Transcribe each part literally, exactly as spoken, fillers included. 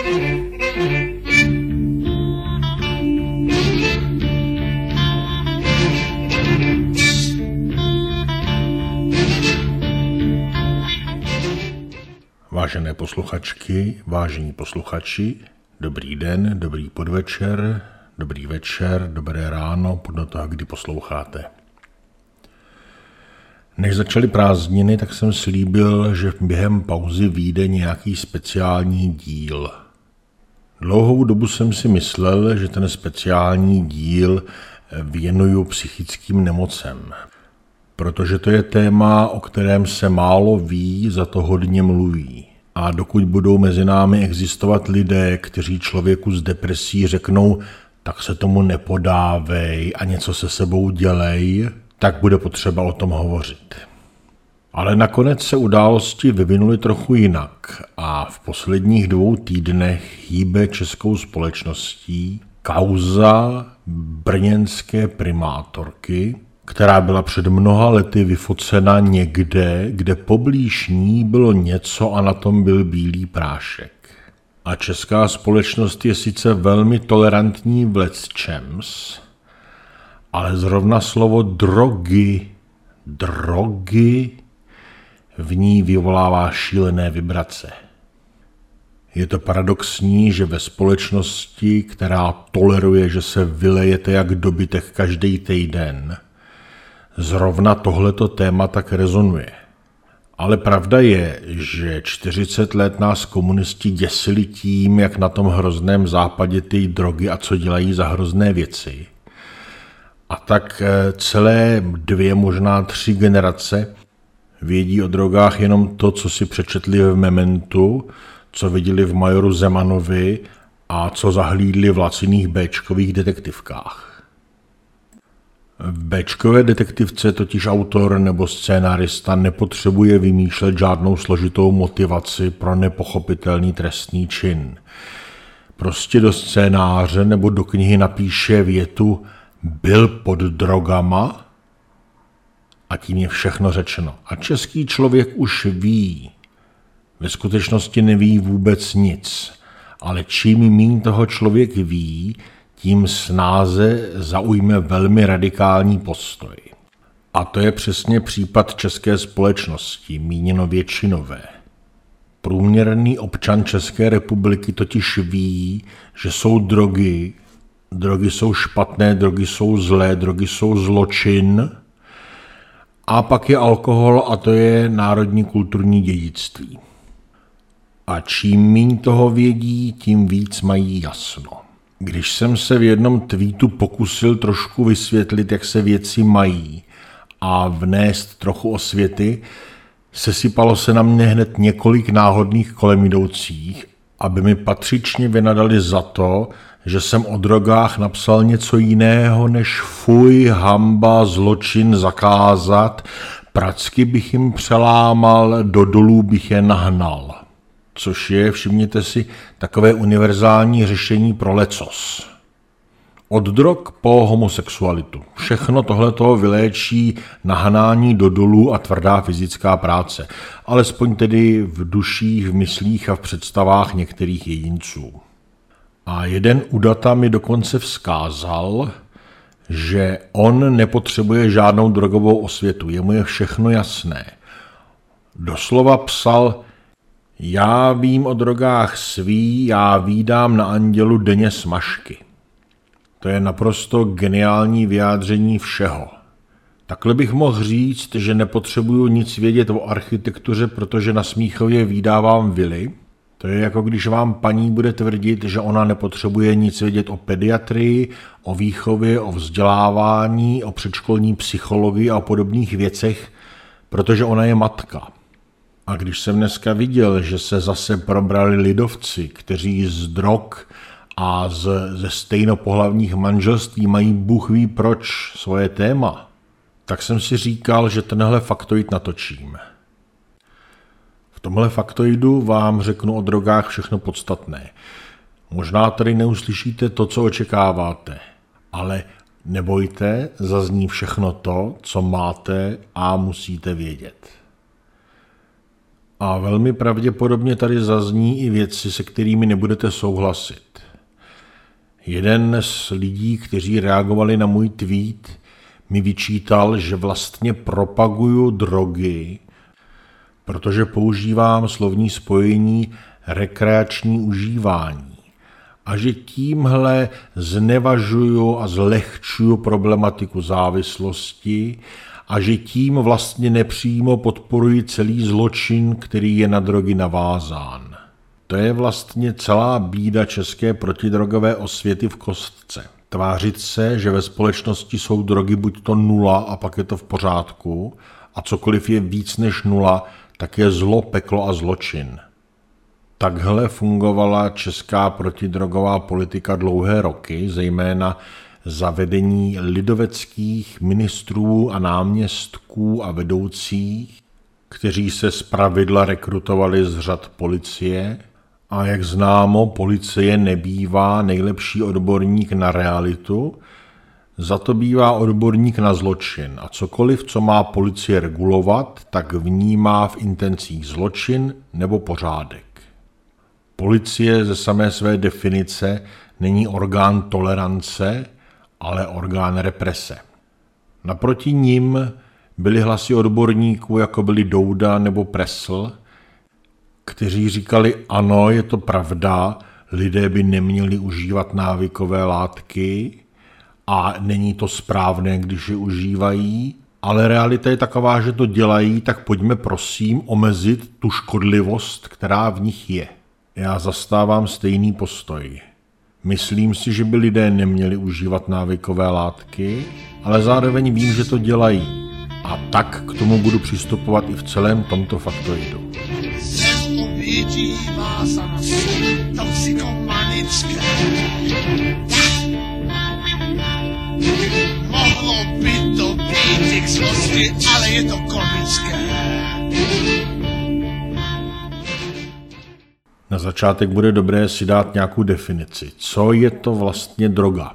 Vážené posluchačky, vážení posluchači, dobrý den, dobrý podvečer, dobrý večer, dobré ráno, podle toho, kdy posloucháte. Než začaly prázdniny, tak jsem slíbil, že během pauzy vyjde nějaký speciální díl. Dlouhou dobu jsem si myslel, že ten speciální díl věnuju psychickým nemocem, protože to je téma, o kterém se málo ví, za to hodně mluví. A dokud budou mezi námi existovat lidé, kteří člověku s depresí řeknou, tak se tomu nepodávej a něco se sebou dělej, tak bude potřeba o tom hovořit. Ale nakonec se události vyvinuly trochu jinak a v posledních dvou týdnech hýbe českou společností kauza brněnské primátorky, která byla před mnoha lety vyfocena někde, kde poblíž ní bylo něco a na tom byl bílý prášek. A česká společnost je sice velmi tolerantní v lecčems, ale zrovna slovo drogy, drogy v ní vyvolává šílené vibrace. Je to paradoxní, že ve společnosti, která toleruje, že se vylejete jak dobytek každý týden, zrovna tohleto téma tak rezonuje. Ale pravda je, že čtyřicet let nás komunisti děsili tím, jak na tom hrozném západě ty drogy a co dělají za hrozné věci. A tak celé dvě, možná tři generace vědí o drogách jenom to, co si přečetli v Mementu, co viděli v Majoru Zemanovi a co zahlídli v laciných béčkových detektivkách. V béčkové detektivce totiž autor nebo scénárista nepotřebuje vymýšlet žádnou složitou motivaci pro nepochopitelný trestný čin. Prostě do scénáře nebo do knihy napíše větu byl pod drogama a tím je všechno řečeno. A český člověk už ví. Ve skutečnosti neví vůbec nic, ale čím míň toho člověk ví, tím snáze zaujme velmi radikální postoj. A to je přesně případ české společnosti, míněno většinové. Průměrný občan České republiky totiž ví, že jsou drogy, drogy jsou špatné, drogy jsou zlé, drogy jsou zločin, a pak je alkohol a to je národní kulturní dědictví. A čím míň toho vědí, tím víc mají jasno. Když jsem se v jednom tweetu pokusil trošku vysvětlit, jak se věci mají a vnést trochu osvěty, sesypalo se na mě hned několik náhodných kolem jdoucích, aby mi patřičně vynadali za to, že jsem o drogách napsal něco jiného než fuj, hamba, zločin zakázat, pracky bych jim přelámal, do dolů bych je nahnal. Což je, všimněte si, takové univerzální řešení pro lecos. Od drog po homosexualitu. Všechno tohleto vyléčí nahnání do dolů a tvrdá fyzická práce. Alespoň tedy v duších, v myslích a v představách některých jedinců. A jeden udata mi dokonce vzkázal, že on nepotřebuje žádnou drogovou osvětu, jemu je všechno jasné. Doslova psal, já vím o drogách svý, já vídám na Andělu denně smažky. To je naprosto geniální vyjádření všeho. Takhle bych mohl říct, že nepotřebuju nic vědět o architektuře, protože na Smíchově vídávám vily. To je jako když vám paní bude tvrdit, že ona nepotřebuje nic vědět o pediatrii, o výchově, o vzdělávání, o předškolní psychologii a o podobných věcech, protože ona je matka. A když jsem dneska viděl, že se zase probrali lidovci, kteří z drog a z, ze stejnopohlavních manželství mají bůh ví proč svoje téma, tak jsem si říkal, že tenhle faktoid natočím. V tomhle faktoidu vám řeknu o drogách všechno podstatné. Možná tady neuslyšíte to, co očekáváte, ale nebojte, zazní všechno to, co máte a musíte vědět. A velmi pravděpodobně tady zazní i věci, se kterými nebudete souhlasit. Jeden z lidí, kteří reagovali na můj tweet, mi vyčítal, že vlastně propaguju drogy, protože používám slovní spojení rekreační užívání a že tímhle znevažuju a zlehčuju problematiku závislosti a že tím vlastně nepřímo podporuji celý zločin, který je na drogy navázán. To je vlastně celá bída české protidrogové osvěty v kostce. Tvářit se, že ve společnosti jsou drogy buď to nula a pak je to v pořádku a cokoliv je víc než nula, tak je zlo, peklo a zločin. Takhle fungovala česká protidrogová politika dlouhé roky, zejména zavedení lidoveckých ministrů a náměstků a vedoucích, kteří se zpravidla rekrutovali z řad policie. A jak známo, policie nebývá nejlepší odborník na realitu, za to bývá odborník na zločin. A cokoliv, co má policie regulovat, tak vnímá v intencích zločin nebo pořádek. Policie ze samé své definice není orgán tolerance, ale orgán represe. Naproti nim byly hlasy odborníků, jako byli Douda nebo Pressl, kteří říkali, ano, je to pravda, lidé by neměli užívat návykové látky a není to správné, když je užívají, ale realita je taková, že to dělají, tak pojďme prosím omezit tu škodlivost, která v nich je. Já zastávám stejný postoj. Myslím si, že by lidé neměli užívat návykové látky, ale zároveň vím, že to dělají. A tak k tomu budu přistupovat i v celém tomto faktoidu. Mohlo by to být xlosti, ale je to komické. Na začátek bude dobré si dát nějakou definici. Co je to vlastně droga?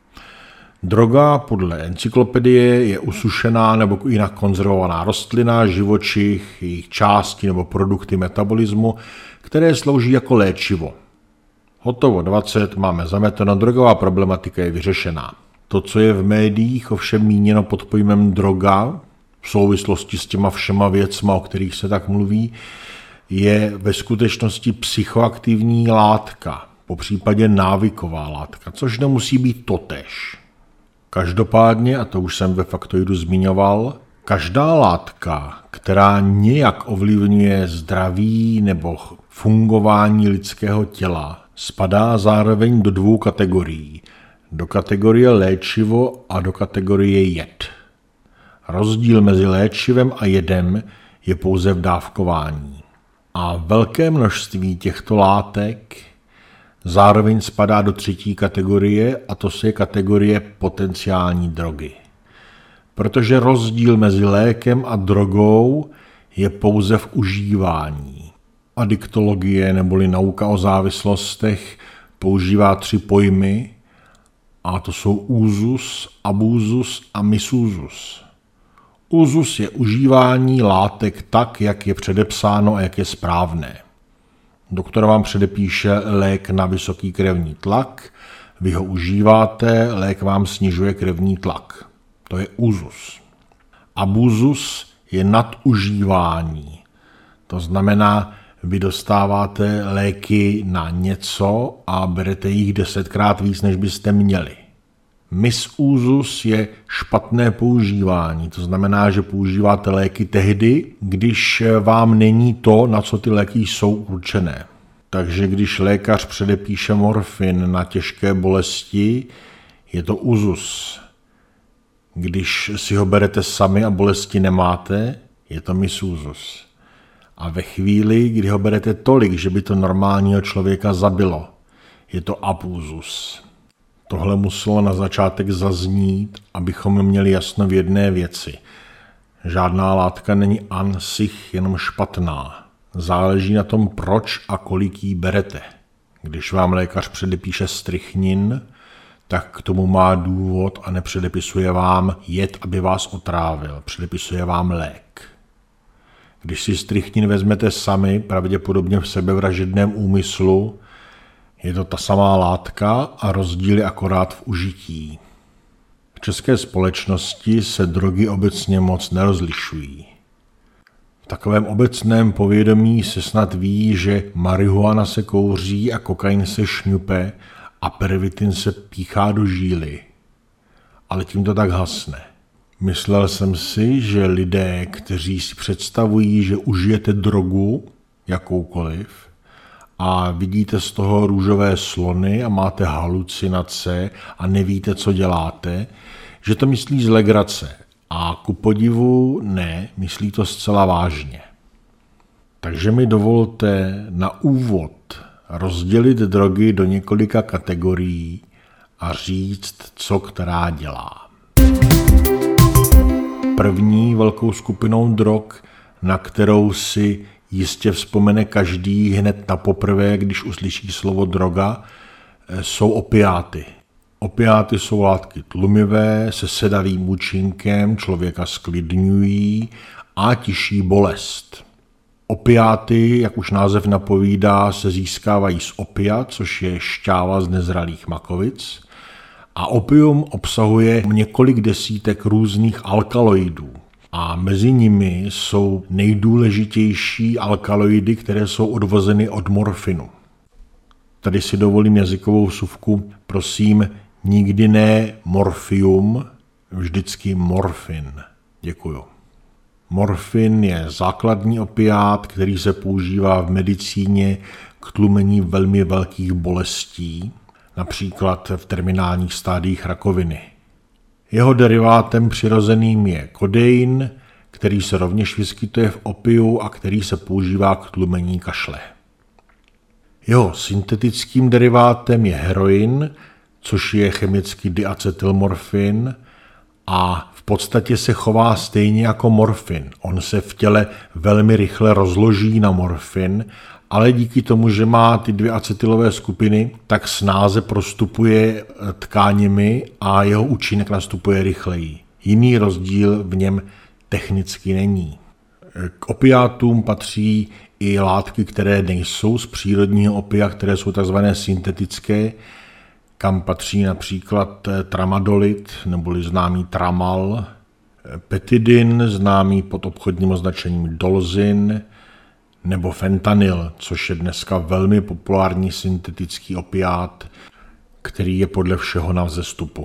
Droga podle encyklopedie je usušená nebo jinak konzervovaná rostlina, živočich, jejich části nebo produkty metabolismu, které slouží jako léčivo. Hotovo dvacet, máme zameteno, drogová problematika je vyřešená. To, co je v médiích ovšem míněno pod pojmem droga, v souvislosti s těma všema věcma, o kterých se tak mluví, je ve skutečnosti psychoaktivní látka, popřípadě návyková látka, což nemusí být totéž. Každopádně, a to už jsem ve faktoidu zmiňoval, každá látka, která nějak ovlivňuje zdraví nebo fungování lidského těla, spadá zároveň do dvou kategorií. Do kategorie léčivo a do kategorie jed. Rozdíl mezi léčivem a jedem je pouze v dávkování. A velké množství těchto látek zároveň spadá do třetí kategorie, a to je kategorie potenciální drogy. Protože rozdíl mezi lékem a drogou je pouze v užívání. Adiktologie neboli nauka o závislostech používá tři pojmy, a to jsou úzus, abúzus a misúzus. Úzus je užívání látek tak, jak je předepsáno a jak je správné. Doktor vám předepíše lék na vysoký krevní tlak, vy ho užíváte, lék vám snižuje krevní tlak. To je úzus. Abúzus je nadužívání. To znamená, vy dostáváte léky na něco a berete jich desetkrát víc, než byste měli. Misúzus je špatné používání, to znamená, že používáte léky tehdy, když vám není to, na co ty léky jsou určené. Takže když lékař předepíše morfin na těžké bolesti, je to úzus. Když si ho berete sami a bolesti nemáte, je to misúzus. A ve chvíli, kdy ho berete tolik, že by to normálního člověka zabilo, je to abúzus. Tohle muselo na začátek zaznít, abychom měli jasno v jedné věci. Žádná látka není an sich jenom špatná. Záleží na tom, proč a kolik jí berete. Když vám lékař předepíše strychnin, tak k tomu má důvod a nepředepisuje vám jed, aby vás otrávil. Předepisuje vám lék. Když si strychnin vezmete sami, pravděpodobně v sebevražedném úmyslu, je to ta samá látka a rozdíl je akorát v užití. V české společnosti se drogy obecně moc nerozlišují. V takovém obecném povědomí se snad ví, že marihuana se kouří a kokain se šňupe a pervitin se píchá do žíly. Ale tím to tak hasne. Myslel jsem si, že lidé, kteří si představují, že užijete drogu, jakoukoliv, a vidíte z toho růžové slony a máte halucinace a nevíte, co děláte, že to myslí z legrace. A ku podivu ne, myslí to zcela vážně. Takže mi dovolte na úvod rozdělit drogy do několika kategorií a říct, co která dělá. První velkou skupinou drog, na kterou si jistě vzpomene každý hned na poprvé, když uslyší slovo droga, jsou opiáty. Opiáty jsou látky tlumivé, se sedavým účinkem, člověka sklidňují a tiší bolest. Opiáty, jak už název napovídá, se získávají z opia, což je šťáva z nezralých makovic, a opium obsahuje několik desítek různých alkaloidů. A mezi nimi jsou nejdůležitější alkaloidy, které jsou odvozeny od morfinu. Tady si dovolím jazykovou vsuvku, prosím, nikdy ne morfium, vždycky morfin. Děkuju. Morfin je základní opiát, který se používá v medicíně k tlumení velmi velkých bolestí, například v terminálních stádiích rakoviny. Jeho derivátem přirozeným je kodein, který se rovněž vyskytuje v opiu a který se používá k tlumení kašle. Jeho syntetickým derivátem je heroin, což je chemicky diacetylmorfin a v podstatě se chová stejně jako morfin. On se v těle velmi rychle rozloží na morfin, ale díky tomu, že má ty dvě acetylové skupiny, tak snáze prostupuje tkáněmi a jeho účinek nastupuje rychleji. Jiný rozdíl v něm technicky není. K opiátům patří i látky, které nejsou z přírodního opia, které jsou tzv. Syntetické, kam patří například tramadolit, neboli známý tramal, petidin, známý pod obchodním označením dolzin, nebo fentanyl, což je dneska velmi populární syntetický opiát, který je podle všeho na vzestupu.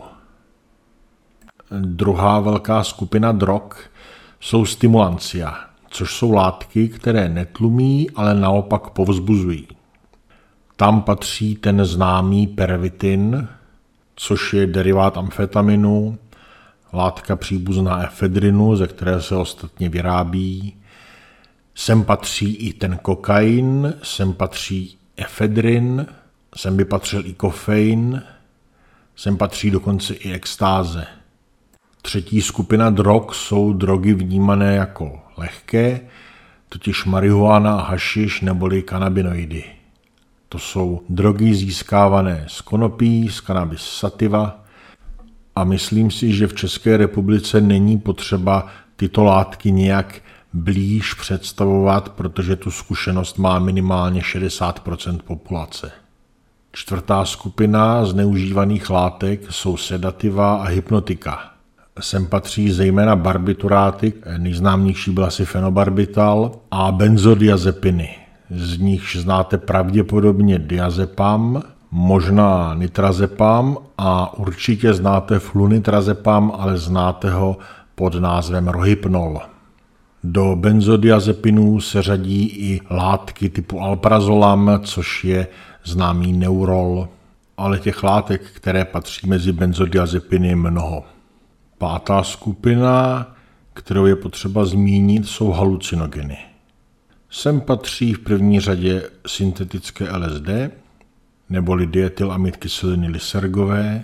Druhá velká skupina drog jsou stimulancia, což jsou látky, které netlumí, ale naopak povzbuzují. Tam patří ten známý pervitin, což je derivát amfetaminu, látka příbuzná efedrinu, ze které se ostatně vyrábí. Sem patří i ten kokain, sem patří efedrin, sem by patřil i kofein, sem patří dokonce i extáze. Třetí skupina drog jsou drogy vnímané jako lehké, totiž marihuana a hašiš neboli kanabinoidy. To jsou drogy získávané z konopí, z cannabis sativa a myslím si, že v České republice není potřeba tyto látky nějak blíž představovat, protože tu zkušenost má minimálně šedesát procent populace. Čtvrtá skupina zneužívaných látek jsou sedativa a hypnotika. Sem patří zejména barbituráty, nejznámější byl asi fenobarbital, a benzodiazepiny. Z nichž znáte pravděpodobně diazepam, možná nitrazepam a určitě znáte flunitrazepam, ale znáte ho pod názvem rohypnol. Do benzodiazepinů se řadí i látky typu alprazolam, což je známý neurol, ale těch látek, které patří mezi benzodiazepiny, je mnoho. Pátá skupina, kterou je potřeba zmínit, jsou halucinogeny. Sem patří v první řadě syntetické L S D, neboli dietylamidkyseliny lysergové.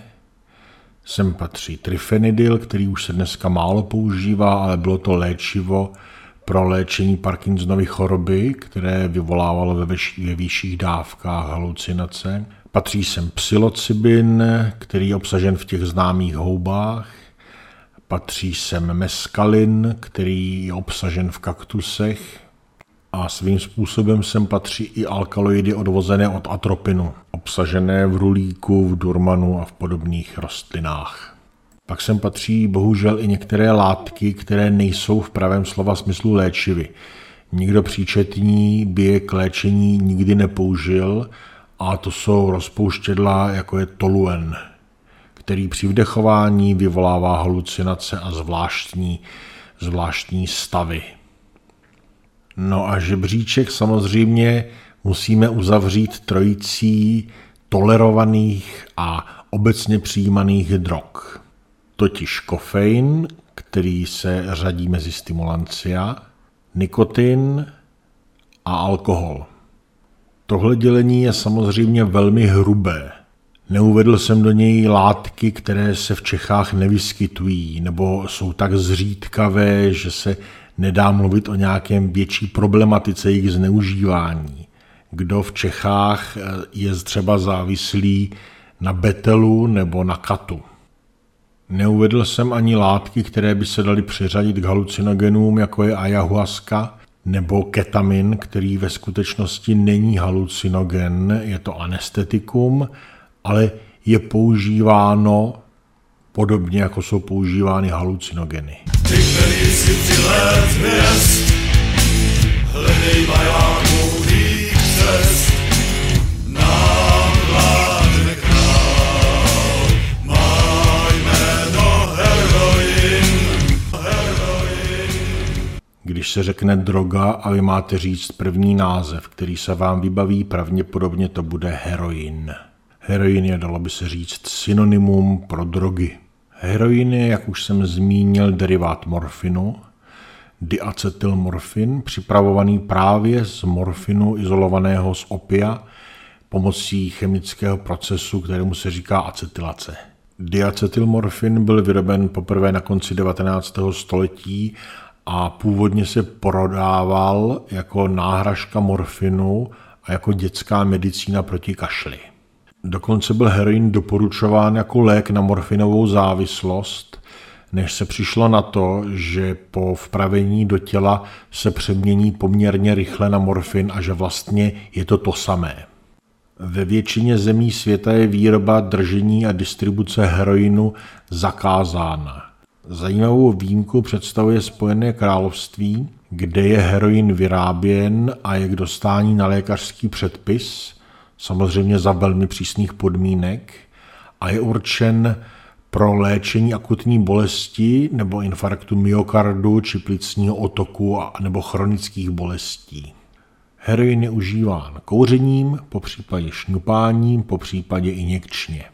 Sem patří trifenidil, který už se dneska málo používá, ale bylo to léčivo pro léčení Parkinsonovy choroby, které vyvolávalo ve, veš- ve vyšších dávkách halucinace. Patří sem psilocybin, který je obsažen v těch známých houbách. patří sem meskalin, který je obsažen v kaktusech, a svým způsobem sem patří i alkaloidy odvozené od atropinu, obsažené v rulíku, v durmanu a v podobných rostlinách. Pak sem patří bohužel i některé látky, které nejsou v pravém slova smyslu léčivy. Nikdo příčetní by je k léčení nikdy nepoužil, a to jsou rozpouštědla, jako je toluen, který při vdechování vyvolává halucinace a zvláštní, zvláštní stavy. No a žebříček samozřejmě musíme uzavřít trojicí tolerovaných a obecně přijímaných drog. Totiž kofein, který se řadí mezi stimulancia, nikotin a alkohol. Tohle dělení je samozřejmě velmi hrubé. Neuvedl jsem do něj látky, které se v Čechách nevyskytují, nebo jsou tak zřídkavé, že se nedá mluvit o nějakém větší problematice jejich zneužívání. Kdo v Čechách je třeba závislý na betelu nebo na katu. Neuvedl jsem ani látky, které by se daly přiřadit k halucinogenům, jako je ayahuasca nebo ketamin, který ve skutečnosti není halucinogen, je to anestetikum, ale je používáno podobně, jako jsou používány halucinogeny. Ty, který si přilet hvězd, hledej majáků dých cest, nám vládne král, má jméno heroin, heroin. Když se řekne droga a vy máte říct první název, který se vám vybaví, pravděpodobně to bude heroin. Heroin je, dalo by se říct, synonymum pro drogy. Heroin je, jak už jsem zmínil, derivát morfinu, diacetylmorfin, připravovaný právě z morfinu izolovaného z opia pomocí chemického procesu, kterému se říká acetylace. Diacetylmorfin byl vyroben poprvé na konci devatenáctého století a původně se prodával jako náhražka morfinu a jako dětská medicína proti kašli. Dokonce byl heroin doporučován jako lék na morfinovou závislost, než se přišlo na to, že po vpravení do těla se přemění poměrně rychle na morfin a že vlastně je to to samé. Ve většině zemí světa je výroba, držení a distribuce heroinu zakázána. Zajímavou výjimku představuje Spojené království, kde je heroin vyráběn a je k dostání na lékařský předpis, samozřejmě za velmi přísných podmínek, a je určen pro léčení akutní bolesti nebo infarktu myokardu či plicního otoku nebo chronických bolestí. Heroin je užíván kouřením, popřípadě šňupáním, popřípadě injekčně.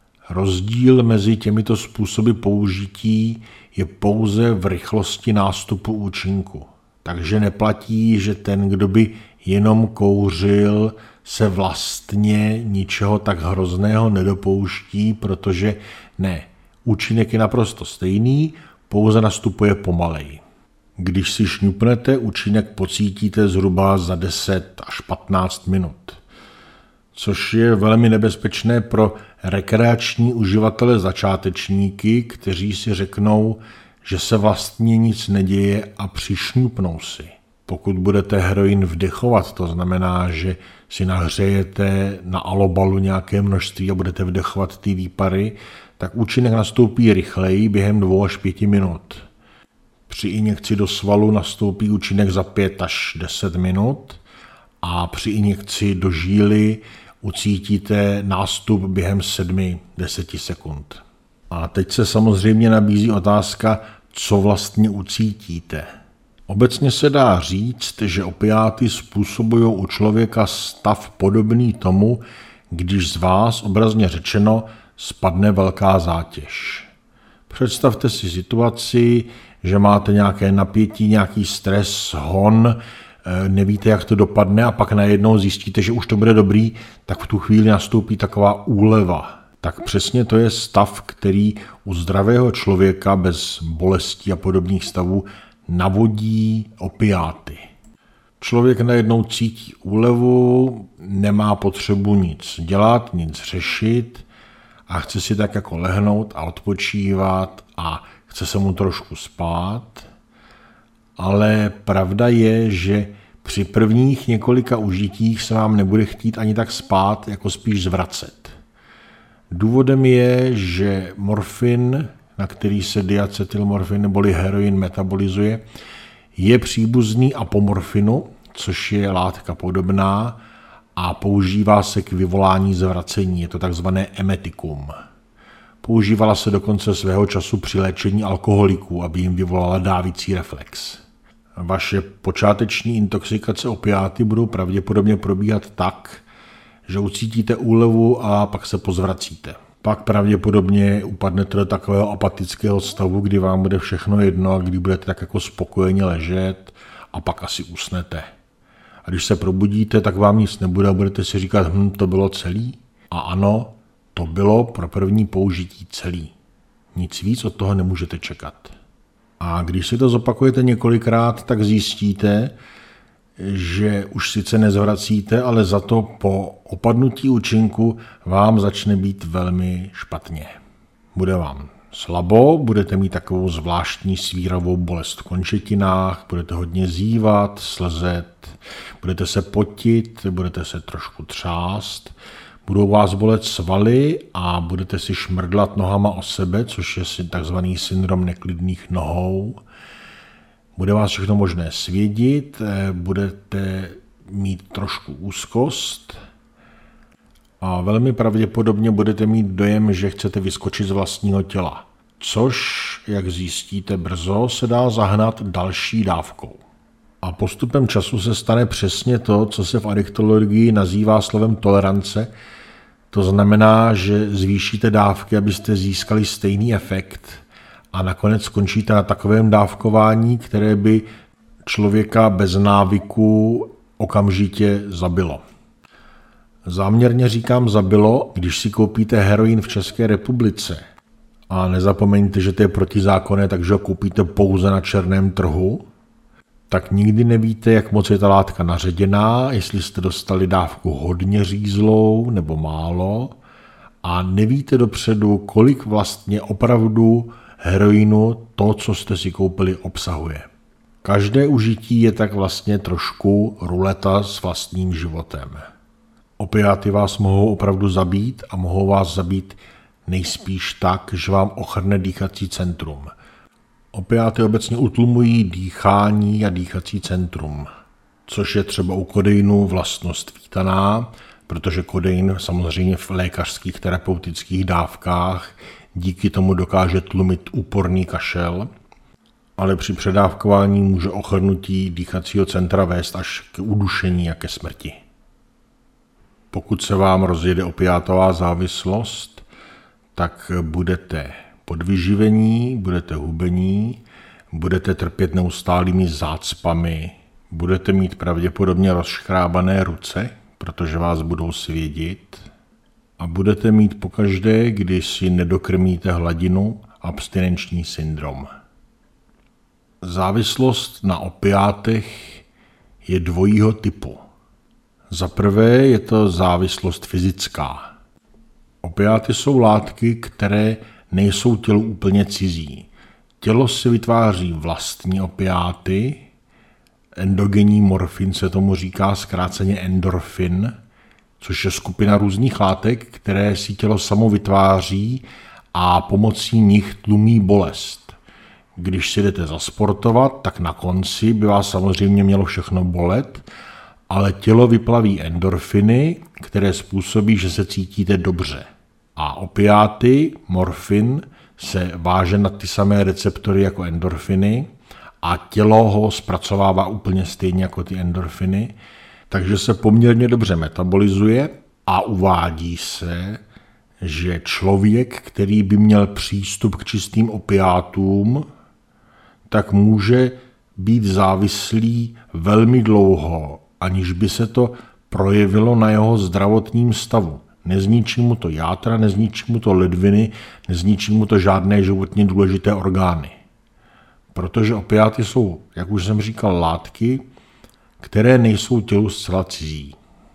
Rozdíl mezi těmito způsoby použití je pouze v rychlosti nástupu účinku. Takže neplatí, že ten, kdo by jenom kouřil, se vlastně ničeho tak hrozného nedopouští, protože ne, účinek je naprosto stejný, pouze nastupuje pomaleji. Když si šňupnete, účinek pocítíte zhruba za deset až patnáct minut, což je velmi nebezpečné pro rekreační uživatele začátečníky, kteří si řeknou, že se vlastně nic neděje a přišňupnou si. Pokud budete heroin vdechovat, to znamená, že si nahřejete na alobalu nějaké množství a budete vdechovat ty výpary, tak účinek nastoupí rychleji během dvou až pěti minut. Při injekci do svalu nastoupí účinek za pět až deset minut a při injekci do žíly ucítíte nástup během sedmi až deseti sekund. A teď se samozřejmě nabízí otázka, co vlastně ucítíte. Obecně se dá říct, že opiáty způsobují u člověka stav podobný tomu, když z vás, obrazně řečeno, spadne velká zátěž. Představte si situaci, že máte nějaké napětí, nějaký stres, hon, nevíte, jak to dopadne a pak najednou zjistíte, že už to bude dobrý, tak v tu chvíli nastoupí taková úleva. Tak přesně to je stav, který u zdravého člověka bez bolestí a podobných stavů navodí opiáty. Člověk najednou cítí úlevu, nemá potřebu nic dělat, nic řešit a chce si tak jako lehnout a odpočívat a chce se mu trošku spát, ale pravda je, že při prvních několika užitích se vám nebude chtít ani tak spát, jako spíš zvracet. Důvodem je, že morfin, na který se diacetylmorfin neboli heroin metabolizuje, je příbuzný apomorfinu, což je látka podobná a používá se k vyvolání zvracení. Je to takzvané emetikum. Používala se dokonce svého času při léčení alkoholiků, aby jim vyvolala dávící reflex. Vaše počáteční intoxikace opiáty budou pravděpodobně probíhat tak, že ucítíte úlevu a pak se pozvracíte. Pak pravděpodobně upadnete do takového apatického stavu, kdy vám bude všechno jedno a kdy budete tak jako spokojeně ležet a pak asi usnete. A když se probudíte, tak vám nic nebude a budete si říkat, hm, to bylo celý. A ano, to bylo pro první použití celý. Nic víc od toho nemůžete čekat. A když si to zopakujete několikrát, tak zjistíte, že už sice nezvracíte, ale za to po opadnutí účinku vám začne být velmi špatně. Bude vám slabo, budete mít takovou zvláštní svíravou bolest v končetinách, budete hodně zívat, slzet, budete se potit, budete se trošku třást, budou vás bolet svaly a budete si šmrdlat nohama o sebe, což je takzvaný syndrom neklidných nohou. Bude vás všechno možné svědit, budete mít trošku úzkost a velmi pravděpodobně budete mít dojem, že chcete vyskočit z vlastního těla, což, jak zjistíte brzo, se dá zahnat další dávkou. A postupem času se stane přesně to, co se v adiktologii nazývá slovem tolerance. To znamená, že zvýšíte dávky, abyste získali stejný efekt a nakonec skončíte na takovém dávkování, které by člověka bez návyku okamžitě zabilo. Záměrně říkám zabilo, když si koupíte heroin v České republice. A nezapomeňte, že to je protizákonné, takže ho koupíte pouze na černém trhu. Tak nikdy nevíte, jak moc je ta látka naředěná, jestli jste dostali dávku hodně řízlou nebo málo. A nevíte dopředu, kolik vlastně opravdu heroinu to, co jste si koupili, obsahuje. Každé užití je tak vlastně trošku ruleta s vlastním životem. Opiáty vás mohou opravdu zabít a mohou vás zabít nejspíš tak, že vám ochrne dýchací centrum. Opiáty obecně utlumují dýchání a dýchací centrum, což je třeba u kodeinu vlastnost vítaná, protože kodein samozřejmě v lékařských terapeutických dávkách díky tomu dokáže tlumit úporný kašel, ale při předávkování může ochrnutí dýchacího centra vést až k udušení a ke smrti. Pokud se vám rozjede opiátová závislost, tak budete podvyživení, budete hubení, budete trpět neustálými zácpami, budete mít pravděpodobně rozškrábané ruce, protože vás budou svědit, a budete mít pokaždé, když si nedokrmíte hladinu, abstinenční syndrom. Závislost na opiátech je dvojího typu. Za prvé je to závislost fyzická. Opiáty jsou látky, které nejsou tělu úplně cizí. Tělo si vytváří vlastní opiáty, endogenní morfin se tomu říká zkráceně endorfin, což je skupina různých látek, které si tělo samo vytváří a pomocí nich tlumí bolest. Když si jdete zasportovat, tak na konci by vás samozřejmě mělo všechno bolet, ale tělo vyplaví endorfiny, které způsobí, že se cítíte dobře. A opiáty, morfin, se váže na ty samé receptory jako endorfiny a tělo ho zpracovává úplně stejně jako ty endorfiny, takže se poměrně dobře metabolizuje a uvádí se, že člověk, který by měl přístup k čistým opiátům, tak může být závislý velmi dlouho, aniž by se to projevilo na jeho zdravotním stavu. Nezničí mu to játra, nezničí mu to ledviny, nezničí mu to žádné životně důležité orgány. Protože opiáty jsou, jak už jsem říkal, látky, které nejsou tělu zcela cizí.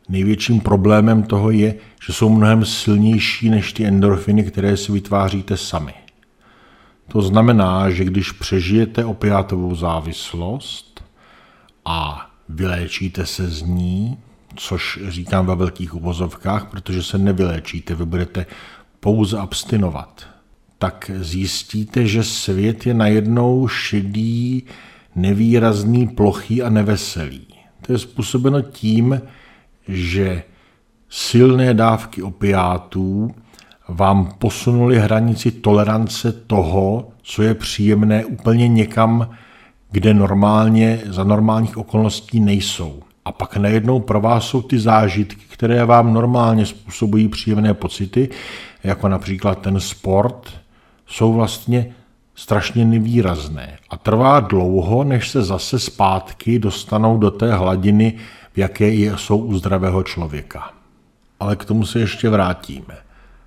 největším problémem toho je, že jsou mnohem silnější než ty endorfiny, které si vytváříte sami. To znamená, že když přežijete opiátovou závislost a vyléčíte se z ní, což říkám ve velkých uvozovkách, protože se nevyléčíte, vy budete pouze abstinovat, tak zjistíte, že svět je najednou šedý, nevýrazný, plochý a neveselý. To je způsobeno tím, že silné dávky opiátů vám posunuly hranici tolerance toho, co je příjemné, úplně někam, kde normálně za normálních okolností nejsou. A pak najednou pro vás jsou ty zážitky, které vám normálně způsobují příjemné pocity, jako například ten sport, jsou vlastně strašně nevýrazné. A trvá dlouho, než se zase zpátky dostanou do té hladiny, v jaké jsou u zdravého člověka. Ale k tomu se ještě vrátíme.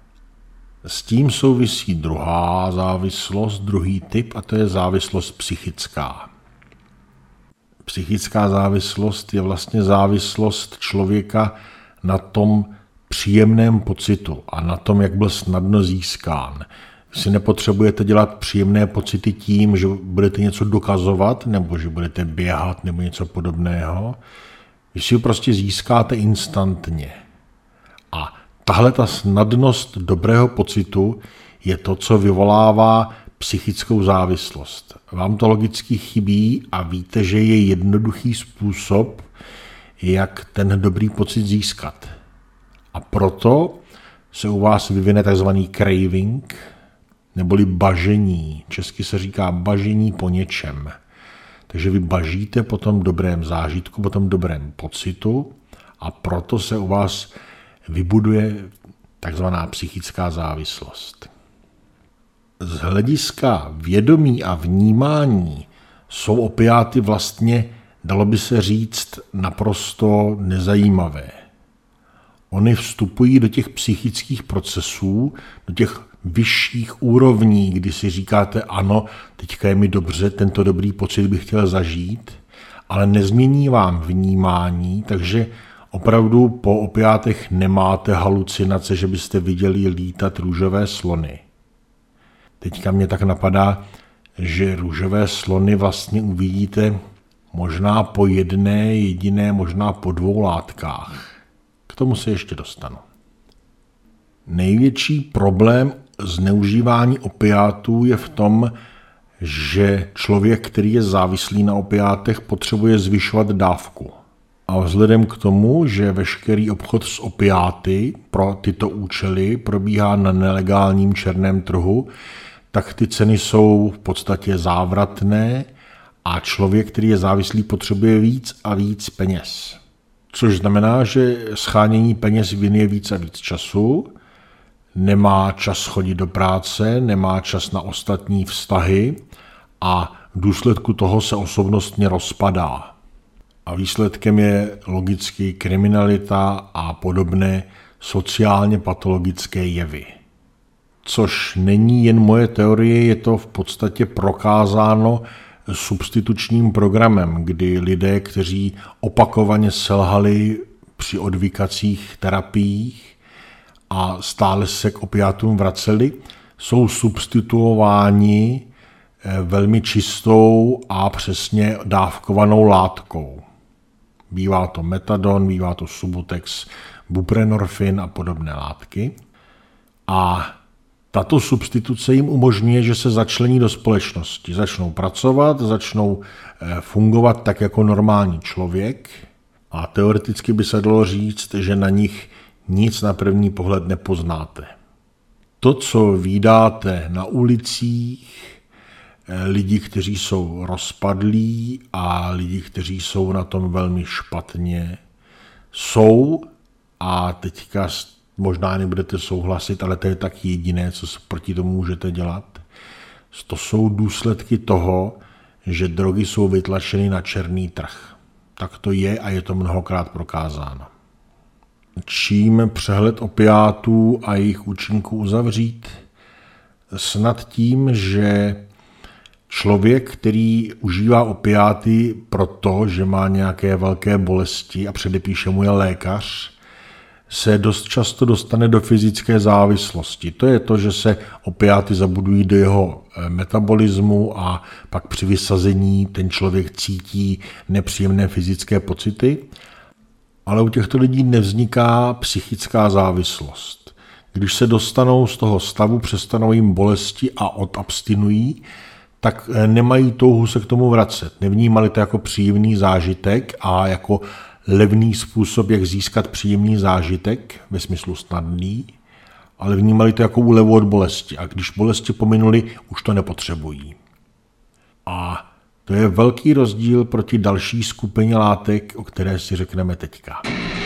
S tím souvisí druhá závislost, druhý typ, a to je závislost psychická. Psychická závislost je vlastně závislost člověka na tom příjemném pocitu a na tom, jak byl snadno získán. Vy si nepotřebujete dělat příjemné pocity tím, že budete něco dokazovat, nebo že budete běhat, nebo něco podobného. Vy si ho prostě získáte instantně. A tahle ta snadnost dobrého pocitu je to, co vyvolává psychickou závislost. Vám to logicky chybí a víte, že je jednoduchý způsob, jak ten dobrý pocit získat. A proto se u vás vyvine takzvaný craving, neboli bažení. Česky se říká bažení po něčem. Takže vy bažíte po tom dobrém zážitku, po tom dobrém pocitu a proto se u vás vybuduje takzvaná psychická závislost. Z hlediska vědomí a vnímání jsou opiáty vlastně, dalo by se říct, naprosto nezajímavé. Ony vstupují do těch psychických procesů, do těch vyšších úrovní, kdy si říkáte, ano, teďka je mi dobře, tento dobrý pocit bych chtěl zažít, ale nezmění vám vnímání, takže opravdu po opiátech nemáte halucinace, že byste viděli lítat růžové slony. Teďka mě tak napadá, že růžové slony vlastně uvidíte možná po jedné, jediné, možná po dvou látkách. K tomu se ještě dostanu. Největší problém zneužívání opiátů je v tom, že člověk, který je závislý na opiátech, potřebuje zvyšovat dávku. A vzhledem k tomu, že veškerý obchod s opiáty pro tyto účely probíhá na nelegálním černém trhu, tak ty ceny jsou v podstatě závratné a člověk, který je závislý, potřebuje víc a víc peněz. Což znamená, že shánění peněz věnuje víc a víc času, nemá čas chodit do práce, nemá čas na ostatní vztahy a v důsledku toho se osobnostně rozpadá. A výsledkem je logicky kriminalita a podobné sociálně patologické jevy. Což není jen moje teorie, je to v podstatě prokázáno substitučním programem, kdy lidé, kteří opakovaně selhali při odvykacích terapiích a stále se k opiátům vraceli, jsou substituováni velmi čistou a přesně dávkovanou látkou. Bývá to metadon, bývá to Subutex, buprenorfin a podobné látky. A tato substituce jim umožňuje, že se začlení do společnosti. Začnou pracovat, začnou fungovat tak jako normální člověk a teoreticky by se dalo říct, že na nich nic na první pohled nepoznáte. To, co vídáte na ulicích, lidi, kteří jsou rozpadlí a lidi, kteří jsou na tom velmi špatně, jsou, a teďka možná nebudete souhlasit, ale to je tak jediné, co proti tomu můžete dělat, to jsou důsledky toho, že drogy jsou vytlačeny na černý trh. Tak to je a je to mnohokrát prokázáno. Čím přehled opiátů a jejich účinků uzavřít? Snad tím, že Člověk, který užívá opiáty proto, že má nějaké velké bolesti a předepíše mu je lékař, se dost často dostane do fyzické závislosti. To je to, že se opiáty zabudují do jeho metabolismu a pak při vysazení ten člověk cítí nepříjemné fyzické pocity. Ale u těchto lidí nevzniká psychická závislost. Když se dostanou z toho stavu, přestanou jim bolesti a odabstinují, tak nemají touhu se k tomu vracet. Nevnímali to jako příjemný zážitek a jako levný způsob, jak získat příjemný zážitek, ve smyslu snadný, ale vnímali to jako úlevu od bolesti. A když bolesti pominuly, už to nepotřebují. A to je velký rozdíl proti další skupině látek, o které si řekneme teďka.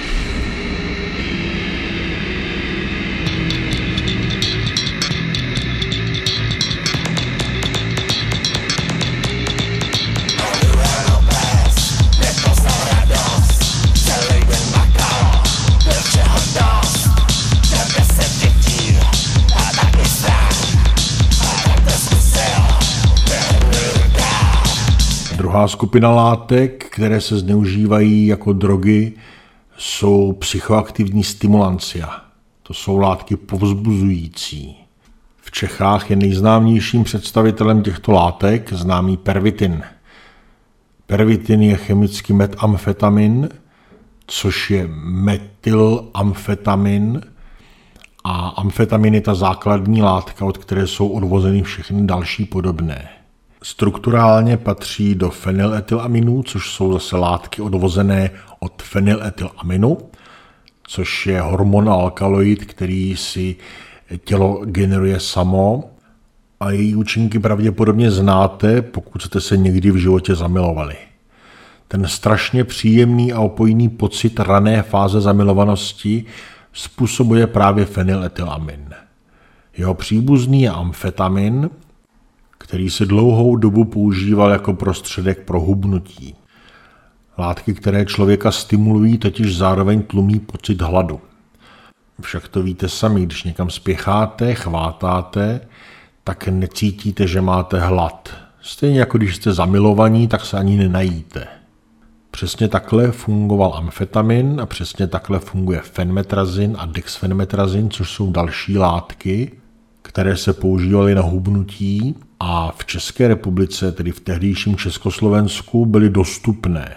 Druhá skupina látek, které se zneužívají jako drogy, jsou psychoaktivní stimulancia. To jsou látky povzbuzující. V Čechách je nejznámějším představitelem těchto látek známý pervitin. Pervitin je chemicky metamfetamin, což je metylamfetamin, a amfetamin je ta základní látka, od které jsou odvozeny všechny další podobné. Strukturálně patří do fenyletylaminů, což jsou zase látky odvozené od fenyletylaminu, což je hormon a alkaloid, který si tělo generuje samo, a její účinky pravděpodobně znáte, pokud jste se někdy v životě zamilovali. Ten strašně příjemný a opojný pocit rané fáze zamilovanosti způsobuje právě fenyletylamin. Jeho příbuzný je amfetamin, který se dlouhou dobu používal jako prostředek pro hubnutí. Látky, které člověka stimulují, totiž zároveň tlumí pocit hladu. Však to víte sami, když někam spěcháte, chvátáte, tak necítíte, že máte hlad. Stejně jako když jste zamilovaní, tak se ani nenajíte. Přesně takhle fungoval amfetamin a přesně takhle funguje fenmetrazin a dexfenmetrazin, což jsou další látky, které se používaly na hubnutí a v České republice, tedy v tehdejším Československu, byly dostupné.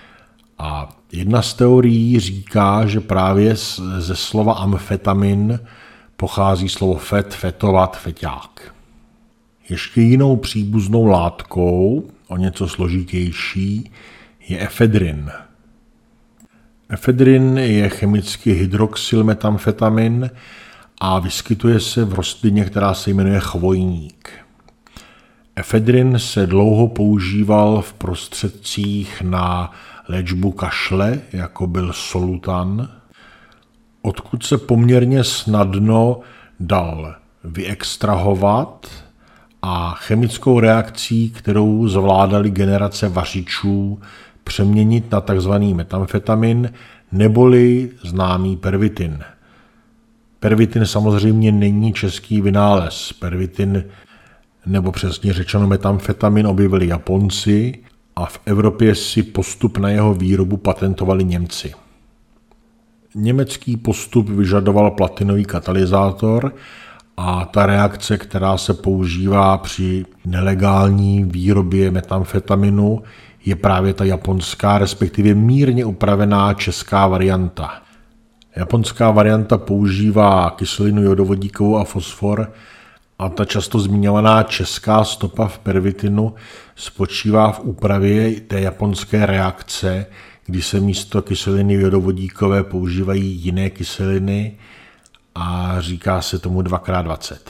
A jedna z teorií říká, že právě ze slova amfetamin pochází slovo fet, fetovat, feťák. Ještě jinou příbuznou látkou, o něco složitější, je efedrin. Efedrin je chemicky hydroxylmetamfetamin a vyskytuje se v rostlině, která se jmenuje chvojník. Efedrin se dlouho používal v prostředcích na léčbu kašle, jako byl Solutan, odkud se poměrně snadno dal vyextrahovat a chemickou reakcí, kterou zvládali generace vařičů, přeměnit na tzv. Metamfetamin neboli známý pervitin. Pervitin samozřejmě není český vynález. Pervitin, nebo přesně řečeno metamfetamin, objevili Japonci a v Evropě si postup na jeho výrobu patentovali Němci. Německý postup vyžadoval platinový katalyzátor a ta reakce, která se používá při nelegální výrobě metamfetaminu, je právě ta japonská, respektive mírně upravená česká varianta. Japonská varianta používá kyselinu jodovodíkovou a fosfor a ta často zmiňovaná česká stopa v pervitinu spočívá v úpravě té japonské reakce, kdy se místo kyseliny jodovodíkové používají jiné kyseliny a říká se tomu dva krát dvacet.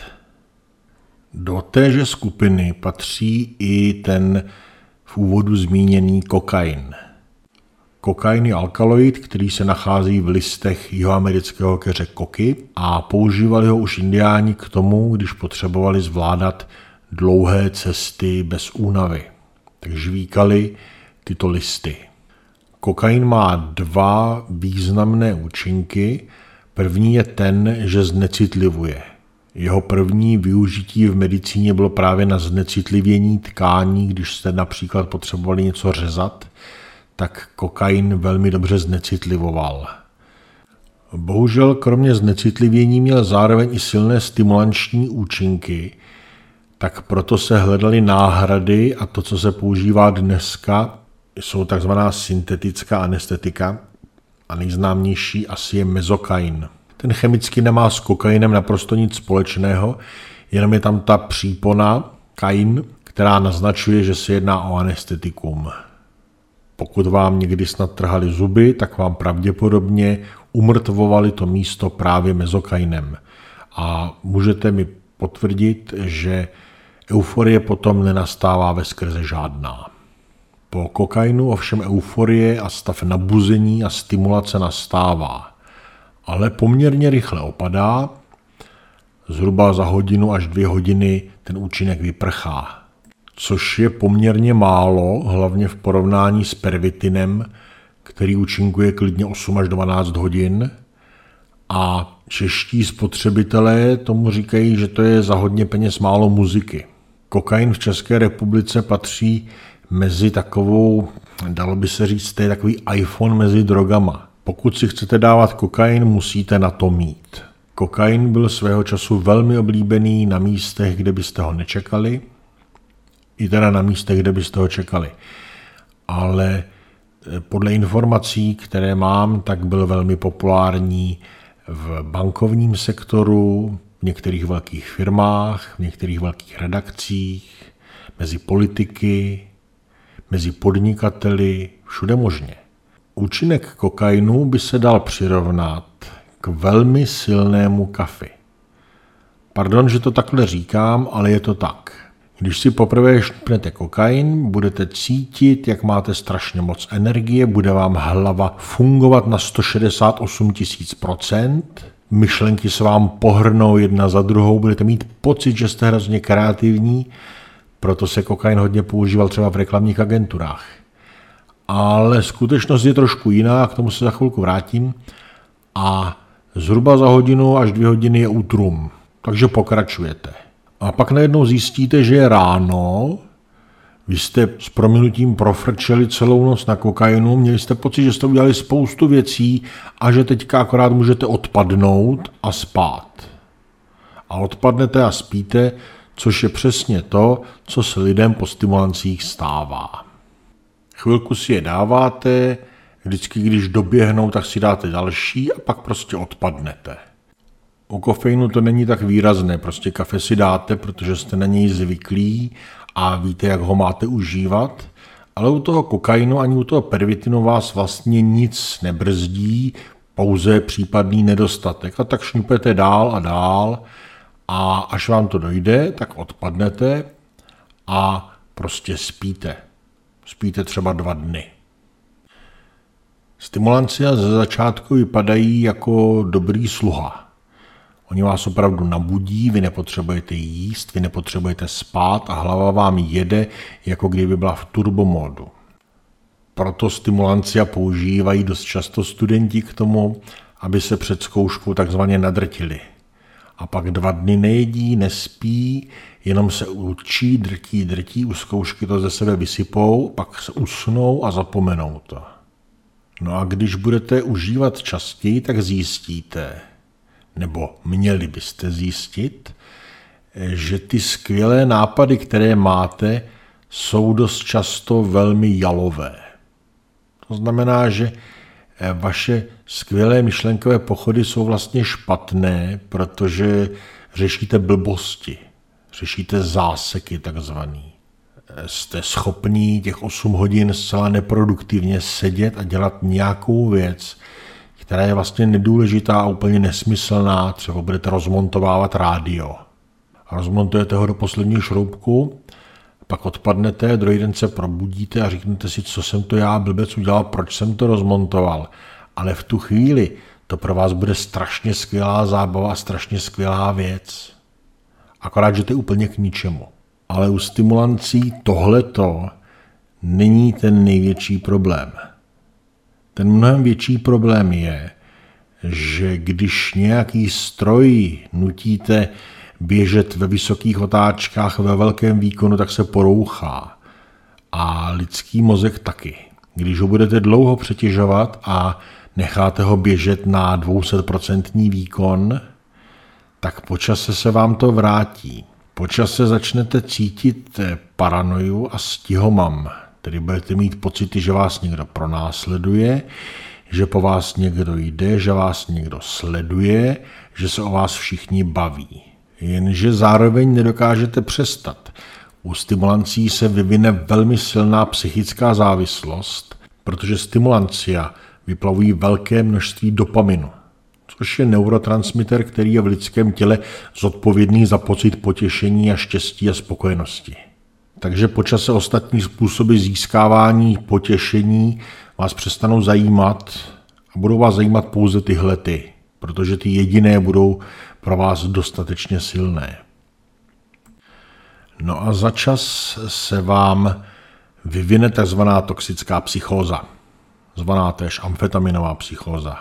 Do téže skupiny patří i ten v úvodu zmíněný kokain. Kokain je alkaloid, který se nachází v listech jihoamerického keře koky a používali ho už indiáni k tomu, když potřebovali zvládat dlouhé cesty bez únavy. Takže žvíkali tyto listy. Kokain má dva významné účinky. První je ten, že znecitlivuje. Jeho první využití v medicíně bylo právě na znecitlivění tkání, když jste například potřebovali něco řezat, tak kokain velmi dobře znecitlivoval. Bohužel kromě znecitlivění měl zároveň i silné stimulanční účinky, tak proto se hledaly náhrady a to, co se používá dneska, jsou takzvaná syntetická anestetika a nejznámější asi je mezokain. Ten chemicky nemá s kokainem naprosto nic společného, jenom je tam ta přípona, kain, která naznačuje, že se jedná o anestetikum. Pokud vám někdy snad trhali zuby, tak vám pravděpodobně umrtvovali to místo právě mezokainem. A můžete mi potvrdit, že euforie potom nenastává veskrze žádná. Po kokainu ovšem euforie a stav nabuzení a stimulace nastává, ale poměrně rychle opadá, zhruba za hodinu až dvě hodiny ten účinek vyprchá. Což je poměrně málo, hlavně v porovnání s pervitinem, který účinkuje klidně osm až dvanáct hodin. A čeští spotřebitelé tomu říkají, že to je za hodně peněz málo muziky. Kokain v České republice patří mezi takovou, dalo by se říct, to je takový iPhone mezi drogama. Pokud si chcete dávat kokain, musíte na to mít. Kokain byl svého času velmi oblíbený na místech, kde byste ho nečekali, i teda na místech, kde byste ho čekali. Ale podle informací, které mám, tak byl velmi populární v bankovním sektoru, v některých velkých firmách, v některých velkých redakcích, mezi politiky, mezi podnikateli, všude možně. Účinek kokainu by se dal přirovnat k velmi silnému kafi. Pardon, že to takhle říkám, ale je to tak. Když si poprvé šňupnete kokain, budete cítit, jak máte strašně moc energie, bude vám hlava fungovat na sto šedesát osm tisíc procent, myšlenky se vám pohrnou jedna za druhou, budete mít pocit, že jste hrozně kreativní, proto se kokain hodně používal třeba v reklamních agenturách. Ale skutečnost je trošku jiná, k tomu se za chvilku vrátím. A zhruba za hodinu až dvě hodiny je útrum, takže pokračujete. A pak najednou zjistíte, že je ráno, vy jste s prominutím profrčeli celou noc na kokainu, měli jste pocit, že jste udělali spoustu věcí a že teďka akorát můžete odpadnout a spát. A odpadnete a spíte, což je přesně to, co se lidem po stimulancích stává. Chvilku si je dáváte, vždycky když doběhnou, tak si dáte další a pak prostě odpadnete. U kofeinu to není tak výrazné, prostě kafe si dáte, protože jste na něj zvyklí a víte, jak ho máte užívat, ale u toho kokainu ani u toho pervitinu vás vlastně nic nebrzdí, pouze případný nedostatek. A tak šňupete dál a dál a až vám to dojde, tak odpadnete a prostě spíte. Spíte třeba dva dny. Stimulancie ze začátku vypadají jako dobrý sluha. Oni vás opravdu nabudí, vy nepotřebujete jíst, vy nepotřebujete spát a hlava vám jede, jako kdyby byla v turbomódu. Proto stimulancia používají dost často studenti k tomu, aby se před zkouškou takzvaně nadrtili. A pak dva dny nejedí, nespí, jenom se učí, drtí, drtí, u zkoušky to ze sebe vysypou, pak se usnou a zapomenou to. No a když budete užívat častěji, tak zjistíte, nebo měli byste zjistit, že ty skvělé nápady, které máte, jsou dost často velmi jalové. To znamená, že vaše skvělé myšlenkové pochody jsou vlastně špatné, protože řešíte blbosti, řešíte záseky takzvaný. Jste schopní těch osm hodin zcela neproduktivně sedět a dělat nějakou věc, která je vlastně nedůležitá a úplně nesmyslná. Třeba budete rozmontovávat rádio. Rozmontujete ho do poslední šroubku, pak odpadnete, druhý den se probudíte a řeknete si, co jsem to já blbec udělal, proč jsem to rozmontoval. Ale v tu chvíli to pro vás bude strašně skvělá zábava a strašně skvělá věc. Akorát, že to je úplně k ničemu. Ale u stimulancí tohleto není ten největší problém. Ten mnohem větší problém je, že když nějaký stroj nutíte běžet ve vysokých otáčkách ve velkém výkonu, tak se porouchá. A lidský mozek taky. Když ho budete dlouho přetěžovat a necháte ho běžet na dvě stě procent výkon, tak po čase se vám to vrátí. Po čase začnete cítit paranoju a stihomam, tedy budete mít pocity, že vás někdo pronásleduje, že po vás někdo jde, že vás někdo sleduje, že se o vás všichni baví. Jenže zároveň nedokážete přestat. U stimulancí se vyvine velmi silná psychická závislost, protože stimulancia vyplavují velké množství dopaminu, což je neurotransmiter, který je v lidském těle zodpovědný za pocit potěšení a štěstí a spokojenosti. Takže po čase ostatní způsoby získávání potěšení vás přestanou zajímat a budou vás zajímat pouze tyhle ty, protože ty jediné budou pro vás dostatečně silné. No a za čas se vám vyvine tzv. Toxická psychóza, zvaná též amfetaminová psychóza.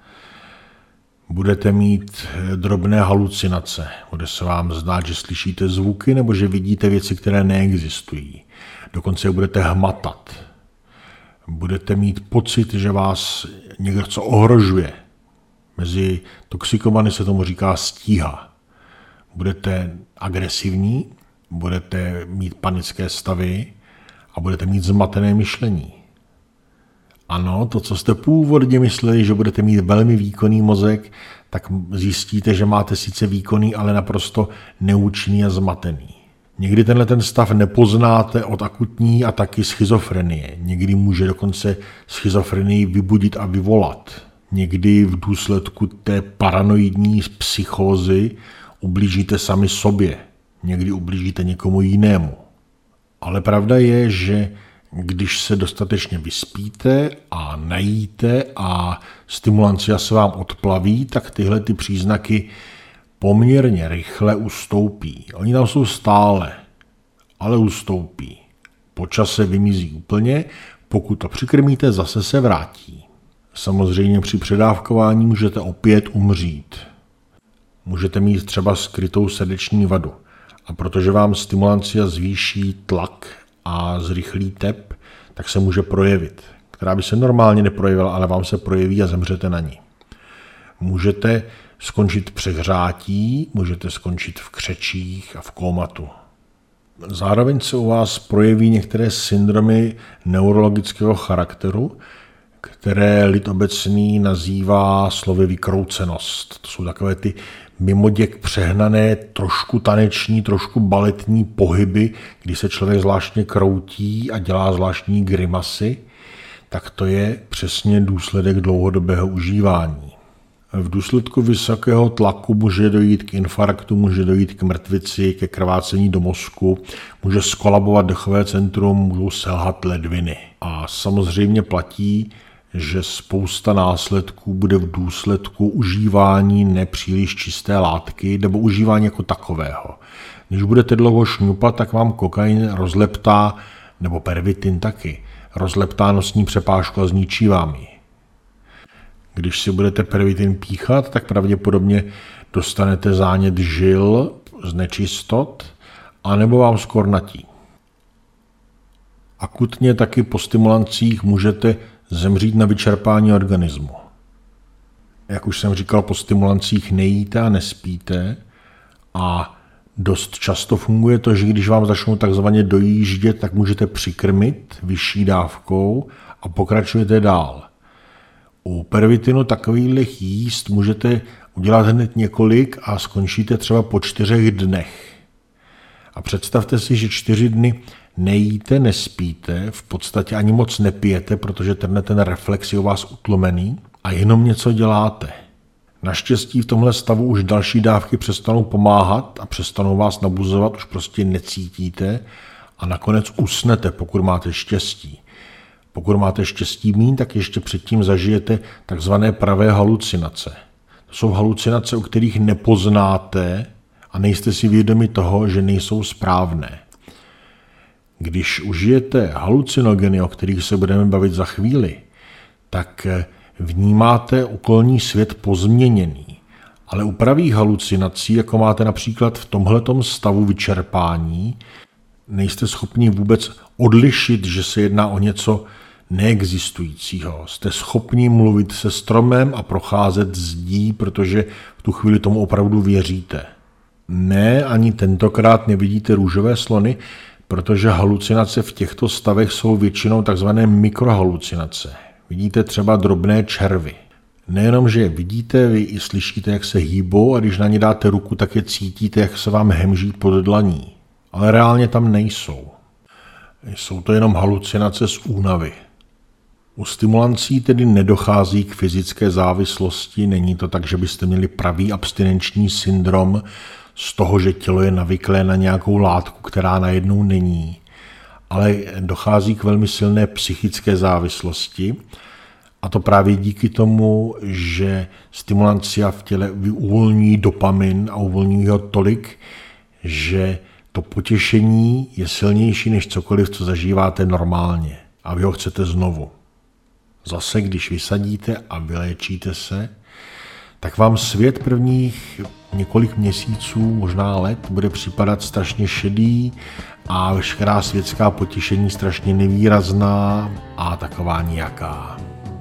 Budete mít drobné halucinace, bude se vám zdát, že slyšíte zvuky nebo že vidíte věci, které neexistují. Dokonce je budete hmatat. Budete mít pocit, že vás někdo co ohrožuje. Mezi toxikomany se tomu říká stíha. Budete agresivní, budete mít panické stavy a budete mít zmatené myšlení. Ano, to, co jste původně mysleli, že budete mít velmi výkonný mozek, tak zjistíte, že máte sice výkonný, ale naprosto neúčinný a zmatený. Někdy tenhle ten stav nepoznáte od akutní a taky schizofrenie. Někdy může dokonce schizofrenii vybudit a vyvolat. Někdy v důsledku té paranoidní psychózy ublížíte sami sobě. Někdy ublížíte někomu jinému. Ale pravda je, že když se dostatečně vyspíte a najíte a stimulancia se vám odplaví, tak tyhle ty příznaky poměrně rychle ustoupí. Oni tam jsou stále, ale ustoupí. Po čase vymizí úplně, pokud to přikrmíte, zase se vrátí. Samozřejmě při předávkování můžete opět umřít. Můžete mít třeba skrytou srdeční vadu. A protože vám stimulancia zvýší tlak a zrychlí tep, tak se může projevit, která by se normálně neprojevila, ale vám se projeví a zemřete na ní. Můžete skončit přehřátí, můžete skončit v křečích a v kómatu. Zároveň se u vás projeví některé syndromy neurologického charakteru, které lid obecný nazývá slovy vykroucenost. To jsou takové ty mimoděk přehnané, trošku taneční, trošku baletní pohyby, kdy se člověk zvláštně kroutí a dělá zvláštní grimasy, tak to je přesně důsledek dlouhodobého užívání. V důsledku vysokého tlaku může dojít k infarktu, může dojít k mrtvici, ke krvácení do mozku, může skolabovat dechové centrum, můžou selhat ledviny. A samozřejmě platí, že spousta následků bude v důsledku užívání nepříliš čisté látky nebo užívání jako takového. Když budete dlouho šňupat, tak vám kokain rozleptá, nebo pervitin taky, rozleptá nosní přepážku a zničí vám ji. Když si budete pervitin píchat, tak pravděpodobně dostanete zánět žil z nečistot, anebo vám skornatí. Akutně taky po stimulancích můžete zemřít na vyčerpání organismu. Jak už jsem říkal, po stimulancích nejíte a nespíte a dost často funguje to, že když vám začnou takzvaně dojíždět, tak můžete přikrmit vyšší dávkou a pokračujete dál. U pervitinu takových jíst můžete udělat hned několik a skončíte třeba po čtyřech dnech. A představte si, že čtyři dny nejíte, nespíte, v podstatě ani moc nepijete, protože tenhle ten reflex je u vás utlumený a jenom něco děláte. Naštěstí v tomhle stavu už další dávky přestanou pomáhat a přestanou vás nabuzovat, už prostě necítíte a nakonec usnete, pokud máte štěstí. Pokud máte štěstí míň, tak ještě předtím zažijete takzvané pravé halucinace. To jsou halucinace, u kterých nepoznáte a nejste si vědomi toho, že nejsou správné. Když užijete halucinogeny, o kterých se budeme bavit za chvíli, tak vnímáte okolní svět pozměněný Ale u pravých halucinací, jako máte například v tomhletom stavu vyčerpání, nejste schopni vůbec odlišit, že se jedná o něco neexistujícího. Jste schopni mluvit se stromem a procházet zdí, protože v tu chvíli tomu opravdu věříte. Ne, ani tentokrát nevidíte růžové slony, protože halucinace v těchto stavech jsou většinou takzvané mikrohalucinace. Vidíte třeba drobné červy. Nejenom, že je vidíte, vy i slyšíte, jak se hýbou a když na ně dáte ruku, tak je cítíte, jak se vám hemží pod dlaní. Ale reálně tam nejsou. Jsou to jenom halucinace z únavy. U stimulancí tedy nedochází k fyzické závislosti, není to tak, že byste měli pravý abstinenční syndrom z toho, že tělo je navyklé na nějakou látku, která najednou není, ale dochází k velmi silné psychické závislosti, a to právě díky tomu, že stimulancia v těle uvolňují dopamin a uvolňují ho tolik, že to potěšení je silnější než cokoliv, co zažíváte normálně a vy ho chcete znovu. Zase, když vysadíte a vyléčíte se, tak vám svět prvních několik měsíců, možná let, bude připadat strašně šedý a veškerá světská potěšení strašně nevýrazná a taková nijaká.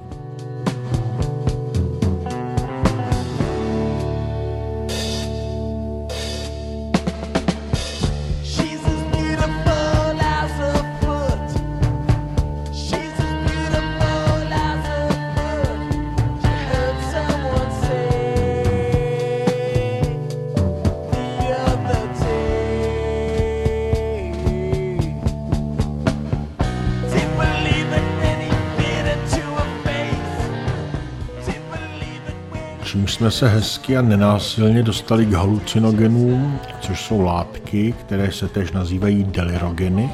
Čímž jsme se hezky a nenásilně dostali k halucinogenům, což jsou látky, které se též nazývají delirogeny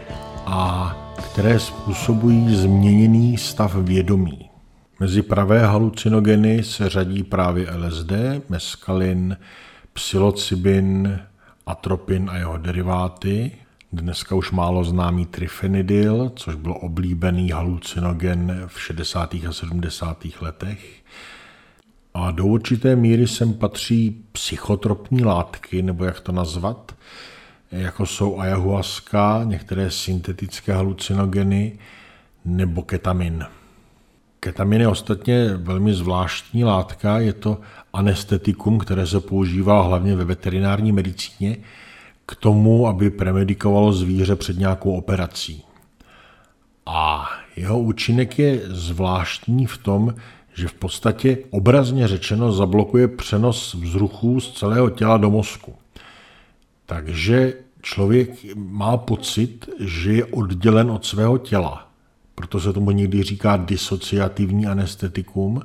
a které způsobují změněný stav vědomí. Mezi pravé halucinogeny se řadí právě L S D, meskalin, psilocybin, atropin a jeho deriváty. Dneska už málo známý trifenidil, což byl oblíbený halucinogen v šedesátých a sedmdesátých letech. A do určité míry sem patří psychotropní látky, nebo jak to nazvat, jako jsou ayahuasca, některé syntetické halucinogeny nebo ketamin. Ketamin je ostatně velmi zvláštní látka, je to anestetikum, které se používá hlavně ve veterinární medicíně k tomu, aby premedikovalo zvíře před nějakou operací. A jeho účinek je zvláštní v tom, že v podstatě obrazně řečeno zablokuje přenos vzruchů z celého těla do mozku. Takže člověk má pocit, že je oddělen od svého těla. Proto se tomu někdy říká disociativní anestetikum.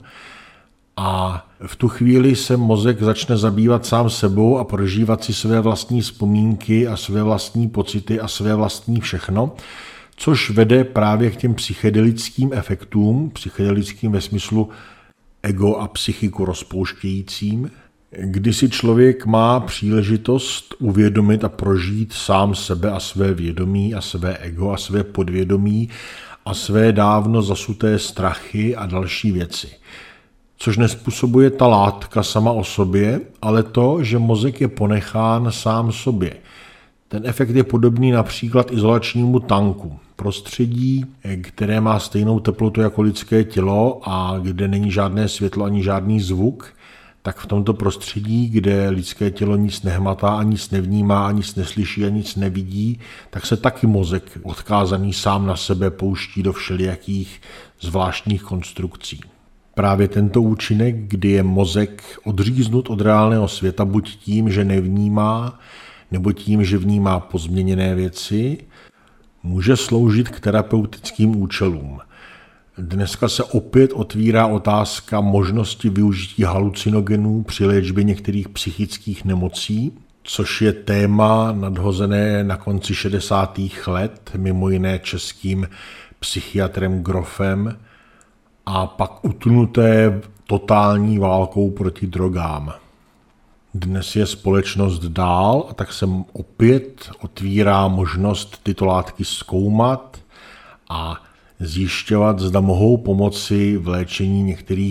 A v tu chvíli se mozek začne zabývat sám sebou a prožívat si své vlastní vzpomínky a své vlastní pocity a své vlastní všechno, což vede právě k těm psychedelickým efektům, psychedelickým ve smyslu ego a psychiku rozpouštějícím, kdy si člověk má příležitost uvědomit a prožít sám sebe a své vědomí a své ego a své podvědomí a své dávno zasuté strachy a další věci. Což nezpůsobuje ta látka sama o sobě, ale to, že mozek je ponechán sám sobě. Ten efekt je podobný například izolačnímu tanku. Prostředí, které má stejnou teplotu jako lidské tělo a kde není žádné světlo ani žádný zvuk, tak v tomto prostředí, kde lidské tělo nic nehmatá, ani nic nevnímá, ani nic neslyší, ani nic nevidí, tak se taky mozek odkázaný sám na sebe pouští do všelijakých zvláštních konstrukcí. Právě tento účinek, kdy je mozek odříznut od reálného světa buď tím, že nevnímá, nebo tím, že vnímá pozměněné věci, může sloužit k terapeutickým účelům. Dneska se opět otvírá otázka možnosti využití halucinogenů při léčbě některých psychických nemocí, což je téma nadhozené na konci šedesátých let, mimo jiné českým psychiatrem Grofem, a pak utnuté totální válkou proti drogám. Dnes je společnost dál a tak se opět otvírá možnost tyto látky zkoumat a zjišťovat, zda mohou pomoci v léčení některých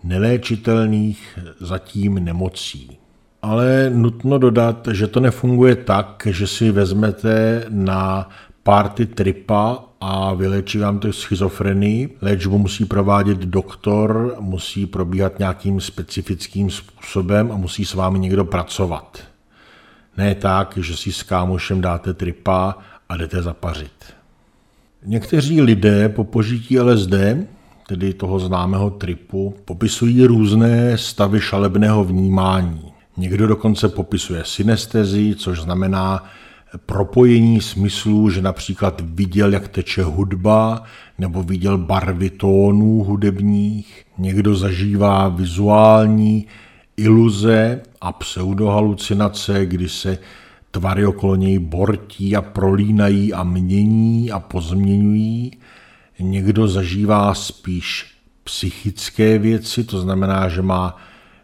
neléčitelných zatím nemocí. Ale nutno dodat, že to nefunguje tak, že si vezmete na party tripa a vylečí vám to schizofrenii. Léčbu musí provádět doktor, musí probíhat nějakým specifickým způsobem a musí s vámi někdo pracovat. Ne tak, že si s kámošem dáte tripa a jdete zapařit. Někteří lidé po požití L S D, tedy toho známého tripu, popisují různé stavy šalebného vnímání. Někdo dokonce popisuje synestezii, což znamená propojení smyslů, že například viděl, jak teče hudba, nebo viděl barvy tónů hudebních. Někdo zažívá vizuální iluze a pseudohalucinace, kdy se tvary okolo něj bortí a prolínají a mění a pozměňují. Někdo zažívá spíš psychické věci, to znamená, že má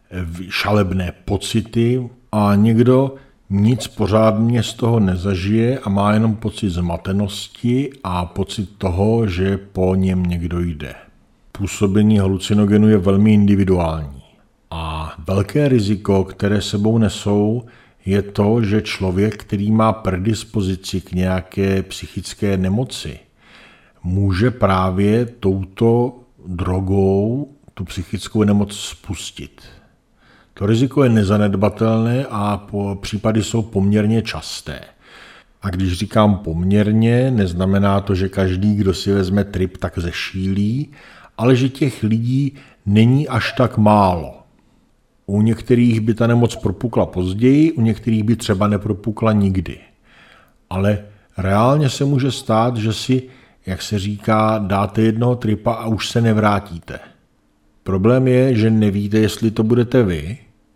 šalebné pocity, a někdo nic pořádně z toho nezažije a má jenom pocit zmatenosti a pocit toho, že po něm někdo jde. Působení halucinogenu je velmi individuální. A velké riziko, které sebou nesou, je to, že člověk, který má predispozici k nějaké psychické nemoci, může právě touto drogou tu psychickou nemoc spustit. To riziko je nezanedbatelné a případy jsou poměrně časté. A když říkám poměrně, neznamená to, že každý, kdo si vezme trip, tak zešílí, ale že těch lidí není až tak málo. U některých by ta nemoc propukla později, u některých by třeba nepropukla nikdy. Ale reálně se může stát, že si, jak se říká, dáte jednoho tripa a už se nevrátíte. Problém je, že nevíte, jestli to budete vy,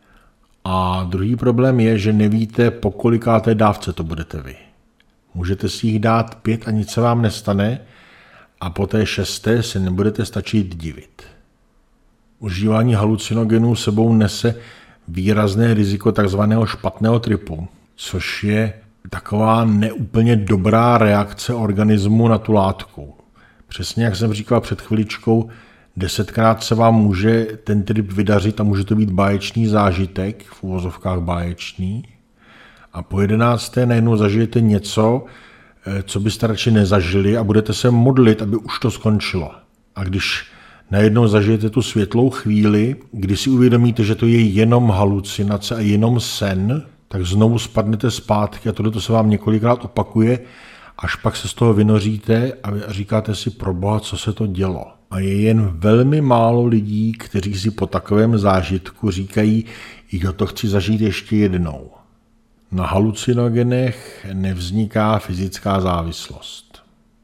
a druhý problém je, že nevíte, po kolikáté dávce to budete vy. Můžete si jich dát pět a nic se vám nestane a po té šesté se nebudete stačit divit. Užívání halucinogenů sebou nese výrazné riziko takzvaného špatného tripu, což je taková neúplně dobrá reakce organismu na tu látku. Přesně jak jsem říkal před chviličkou, desetkrát se vám může ten trip vydařit a může to být báječný zážitek, v uvozovkách báječný, a po jedenácté najednou zažijete něco, co byste radši nezažili a budete se modlit, aby už to skončilo. A když najednou zažijete tu světlou chvíli, kdy si uvědomíte, že to je jenom halucinace a jenom sen, tak znovu spadnete zpátky a tohle se vám několikrát opakuje, až pak se z toho vynoříte a říkáte si, proboha, co se to dělo. A je jen velmi málo lidí, kteří si po takovém zážitku říkají, jo, to chci zažít ještě jednou. Na halucinogenech nevzniká fyzická závislost.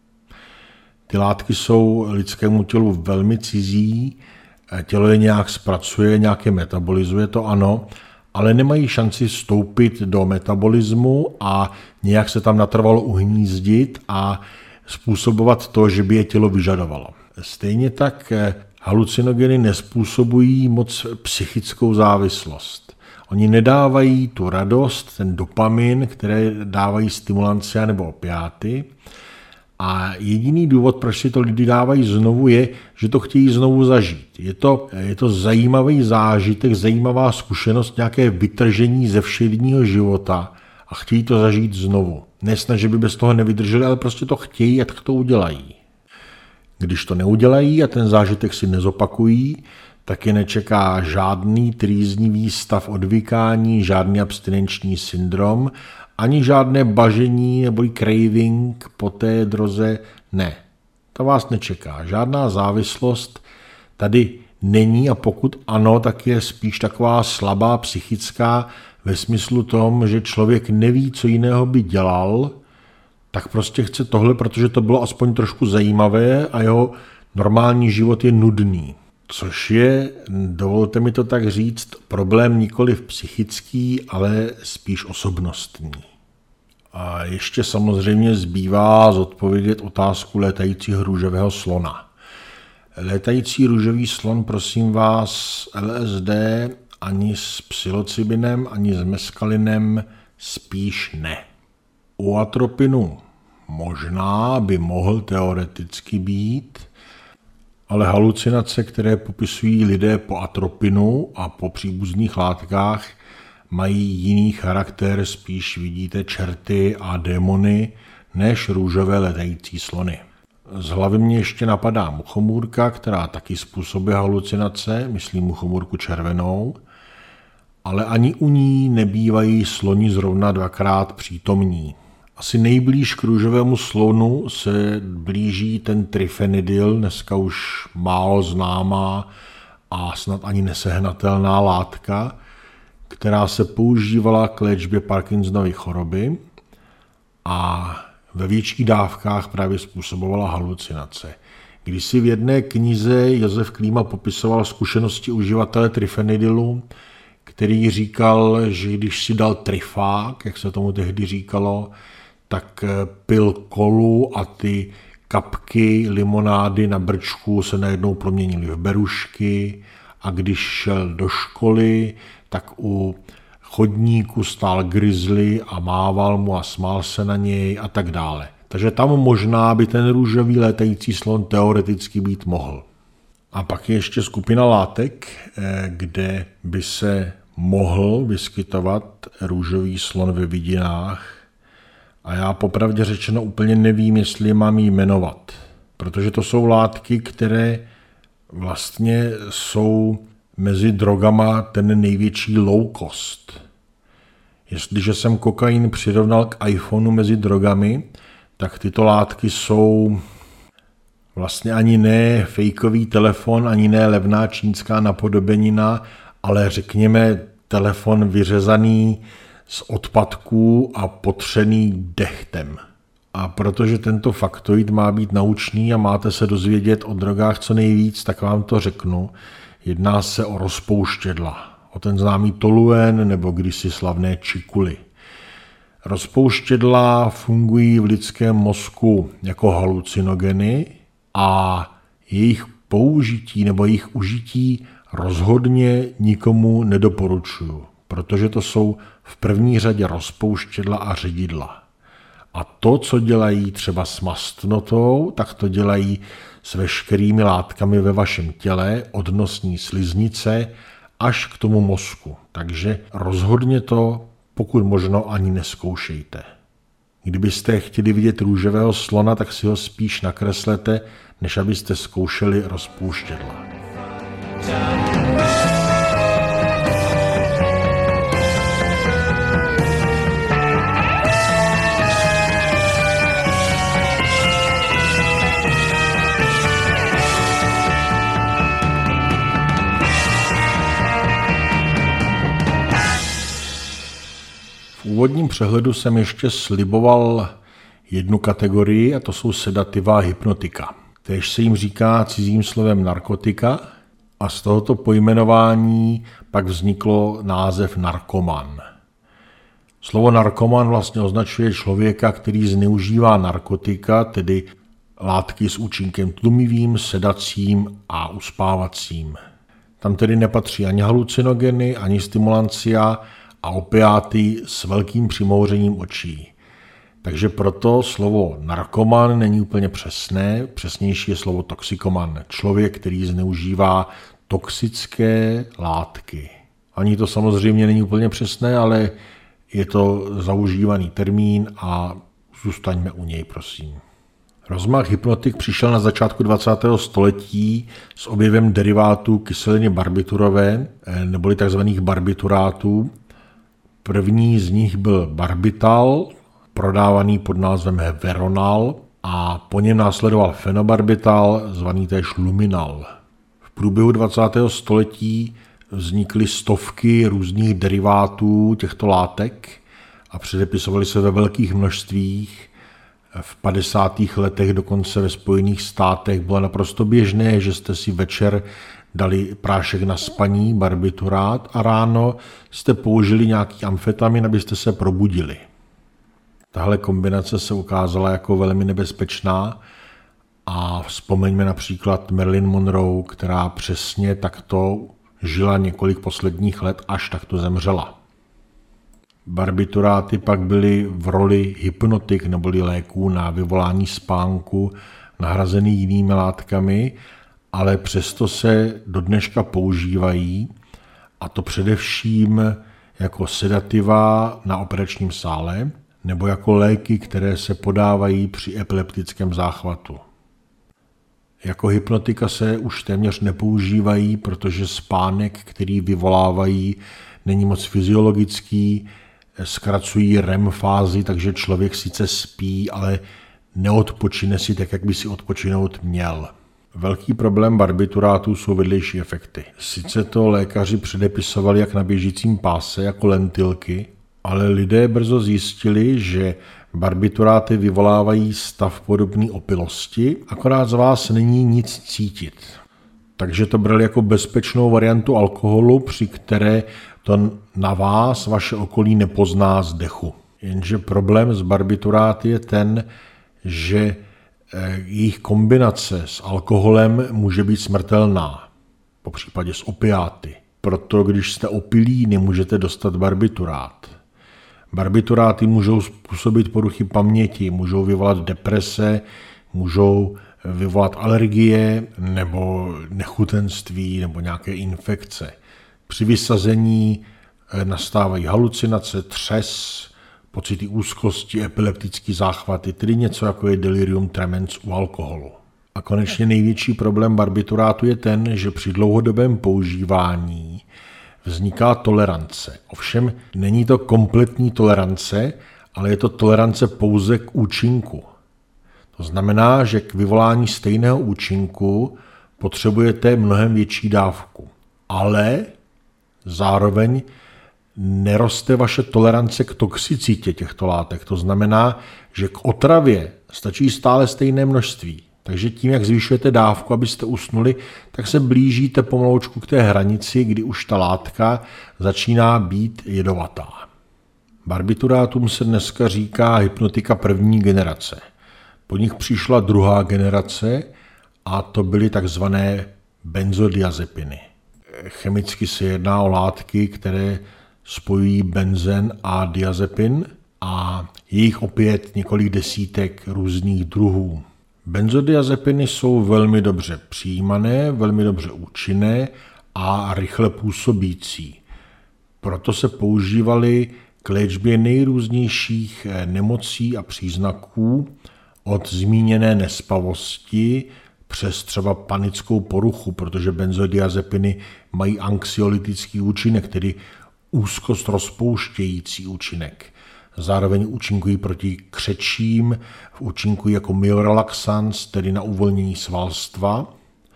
Ty látky jsou lidskému tělu velmi cizí, tělo je nějak zpracuje, nějak je metabolizuje, to ano, ale nemají šanci vstoupit do metabolismu a nějak se tam natrvalo uhnízdit a způsobovat to, že by je tělo vyžadovalo. Stejně tak halucinogeny nespůsobují moc psychickou závislost. Oni nedávají tu radost, ten dopamin, které dávají stimulancia nebo opiáty. A jediný důvod, proč si to lidi dávají znovu, je, že to chtějí znovu zažít. Je to, je to zajímavý zážitek, zajímavá zkušenost, nějaké vytržení ze všedního života a chtějí to zažít znovu. Nesnaž, že by bez toho nevydrželi, ale prostě to chtějí a tak to udělají. Když to neudělají a ten zážitek si nezopakují, tak je nečeká žádný trýznivý stav odvykání, žádný abstinenční syndrom, ani žádné bažení nebo craving po té droze, ne. To vás nečeká. Žádná závislost tady není a pokud ano, tak je spíš taková slabá psychická ve smyslu tom, že člověk neví, co jiného by dělal, tak prostě chce tohle, protože to bylo aspoň trošku zajímavé a jeho normální život je nudný. Což je, dovolte mi to tak říct, problém nikoliv psychický, ale spíš osobnostní. A ještě samozřejmě zbývá zodpovědět otázku létajícího růžového slona. Létající růžový slon, prosím vás, L S D ani s psilocybinem, ani s meskalinem spíš ne. U atropinu možná by mohl teoreticky být, Ale halucinace, které popisují lidé po atropinu a po příbuzných látkách, mají jiný charakter, spíš vidíte čerty a démony, než růžové letající slony. Z hlavy mě ještě napadá muchomůrka, která taky způsobuje halucinace, myslím muchomůrku červenou, ale ani u ní nebývají sloni zrovna dvakrát přítomní. Asi nejblíž k růžovému slonu se blíží ten trifenidyl, dneska už málo známá a snad ani nesehnatelná látka, která se používala k léčbě Parkinsonovy choroby a ve větších dávkách právě způsobovala halucinace. Když si v jedné knize Josef Klíma popisoval zkušenosti uživatele trifenidylu, který říkal, že když si dal trifák, jak se tomu tehdy říkalo, tak pil kolu a ty kapky limonády na brčku se najednou proměnily v berušky a když šel do školy, tak u chodníku stál grizzly a mával mu a smál se na něj a tak dále. Takže tam možná by ten růžový létající slon teoreticky být mohl. A pak je ještě skupina látek, kde by se mohl vyskytovat růžový slon ve vidinách. A já popravdě řečeno úplně nevím, jestli je mám jmenovat. Protože to jsou látky, které vlastně jsou mezi drogama ten největší low cost. Jestliže jsem kokain přirovnal k iPhoneu mezi drogami, tak tyto látky jsou vlastně ani ne fejkový telefon, ani ne levná čínská napodobenina, ale řekněme telefon vyřezaný z odpadků a potřený dechtem. A protože tento faktoid má být naučný a máte se dozvědět o drogách co nejvíc, tak vám to řeknu. Jedná se o rozpouštědla, o ten známý toluen nebo kdysi slavné čikuly. Rozpouštědla fungují v lidském mozku jako halucinogeny a jejich použití nebo jejich užití rozhodně nikomu nedoporučuju, protože to jsou v první řadě rozpouštědla a ředidla. A to, co dělají třeba s mastnotou, tak to dělají s veškerými látkami ve vašem těle, od nosní sliznice až k tomu mozku. Takže rozhodně to, pokud možno, ani neskoušejte. Kdybyste chtěli vidět růžového slona, tak si ho spíš nakreslete, než abyste zkoušeli rozpouštědla. V úvodním přehledu jsem ještě sliboval jednu kategorii a to jsou sedativa a hypnotika. Též se jim říká cizím slovem narkotika a z tohoto pojmenování pak vzniklo název narkoman. Slovo narkoman vlastně označuje člověka, který zneužívá narkotika, tedy látky s účinkem tlumivým, sedacím a uspávacím. Tam tedy nepatří ani halucinogeny, ani stimulancia a opiáty s velkým přimouřením očí. Takže proto slovo narkoman není úplně přesné, přesnější je slovo toxikoman, člověk, který zneužívá toxické látky. Ani to samozřejmě není úplně přesné, ale je to zaužívaný termín a zůstaňme u něj, prosím. Rozmach hypnotik přišel na začátku dvacátého století s objevem derivátů kyseliny barbiturové, neboli tzv. Barbiturátů. První z nich byl barbital, prodávaný pod názvem veronal, a po něm následoval fenobarbital, zvaný též luminal. V průběhu dvacátého století vznikly stovky různých derivátů těchto látek a předepisovaly se ve velkých množstvích. V padesátých letech dokonce ve Spojených státech bylo naprosto běžné, že jste si večer dali prášek na spaní, barbiturát, a ráno jste použili nějaký amfetamin, abyste se probudili. Tahle kombinace se ukázala jako velmi nebezpečná a vzpomeňme například Marilyn Monroe, která přesně takto žila několik posledních let, až takto zemřela. Barbituráty pak byly v roli hypnotik neboli léků na vyvolání spánku nahrazeny jinými látkami ale přesto se do dneška používají, a to především jako sedativa na operačním sále nebo jako léky, které se podávají při epileptickém záchvatu. Jako hypnotika se už téměř nepoužívají, protože spánek, který vyvolávají, není moc fyziologický, zkracují R E M fázi, takže člověk sice spí, ale neodpočine si tak, jak by si odpočinout měl. Velký problém barbiturátů jsou vedlejší efekty. Sice to lékaři předepisovali jak na běžícím páse, jako lentilky, ale lidé brzo zjistili, že barbituráty vyvolávají stav podobný opilosti, akorát z vás není nic cítit. Takže to brali jako bezpečnou variantu alkoholu, při které to na vás vaše okolí nepozná z dechu. Jenže problém s barbituráty je ten, že jejich kombinace s alkoholem může být smrtelná, po případě s opiáty. Proto když jste opilí, nemůžete dostat barbiturát. Barbituráty můžou způsobit poruchy paměti, můžou vyvolat deprese, můžou vyvolat alergie nebo nechutenství nebo nějaké infekce. Při vysazení nastávají halucinace, třes, pocity úzkosti, epileptické záchvaty, tedy něco jako je delirium tremens u alkoholu. A konečně největší problém barbiturátu je ten, že při dlouhodobém používání vzniká tolerance. Ovšem není to kompletní tolerance, ale je to tolerance pouze k účinku. To znamená, že k vyvolání stejného účinku potřebujete mnohem větší dávku. Ale zároveň neroste vaše tolerance k toxicitě těchto látek. To znamená, že k otravě stačí stále stejné množství. Takže tím, jak zvyšujete dávku, abyste usnuli, tak se blížíte pomaloučku k té hranici, kdy už ta látka začíná být jedovatá. Barbiturátům se dneska říká hypnotika první generace. Po nich přišla druhá generace a to byly takzvané benzodiazepiny. Chemicky se jedná o látky, které spojují benzen a diazepin a je jich opět několik desítek různých druhů. Benzodiazepiny jsou velmi dobře přijímané, velmi dobře účinné a rychle působící. Proto se používaly k léčbě nejrůznějších nemocí a příznaků, od zmíněné nespavosti přes třeba panickou poruchu, protože benzodiazepiny mají anxiolytický účinek, tedy úzkost rozpouštějící účinek. Zároveň účinkují proti křečím, účinkují jako myorelaxans, tedy na uvolnění svalstva,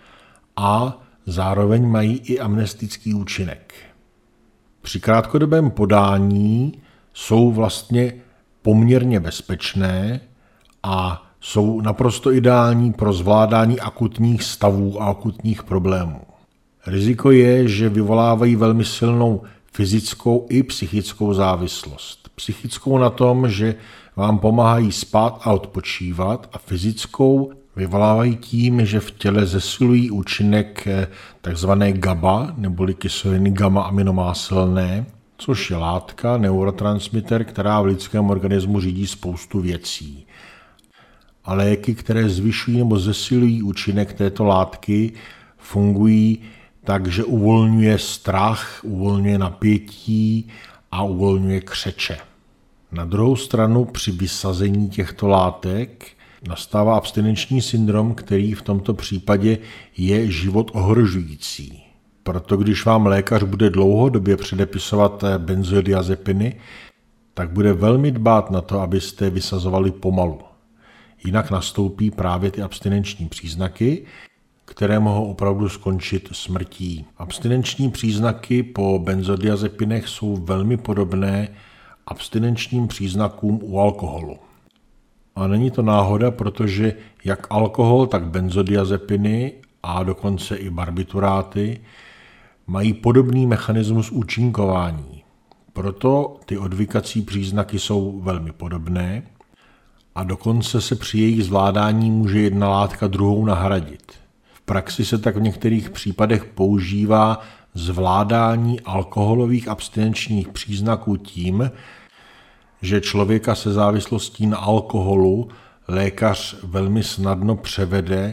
a zároveň mají i amnestický účinek. Při krátkodobém podání jsou vlastně poměrně bezpečné a jsou naprosto ideální pro zvládání akutních stavů a akutních problémů. Riziko je, že vyvolávají velmi silnou fyzickou i psychickou závislost. Psychickou na tom, že vám pomáhají spát a odpočívat, a fyzickou vyvolávají tím, že v těle zesilují účinek takzvané GABA, neboli kyseliny gamma-aminomáselné, což je látka, neurotransmitter, která v lidském organismu řídí spoustu věcí. A léky, které zvyšují nebo zesilují účinek této látky, fungují tak, že uvolňuje strach, uvolňuje napětí a uvolňuje křeče. Na druhou stranu při vysazení těchto látek nastává abstinenční syndrom, který v tomto případě je život ohrožující. Proto když vám lékař bude dlouhodobě předepisovat benzodiazepiny, tak bude velmi dbát na to, abyste vysazovali pomalu. Jinak nastoupí právě ty abstinenční příznaky, které mohou opravdu skončit smrtí. Abstinenční příznaky po benzodiazepinech jsou velmi podobné abstinenčním příznakům u alkoholu. A není to náhoda, protože jak alkohol, tak benzodiazepiny a dokonce i barbituráty mají podobný mechanismus účinkování. Proto ty odvykací příznaky jsou velmi podobné a dokonce se při jejich zvládání může jedna látka druhou nahradit. V praxi se tak v některých případech používá zvládání alkoholových abstinenčních příznaků tím, že člověka se závislostí na alkoholu lékař velmi snadno převede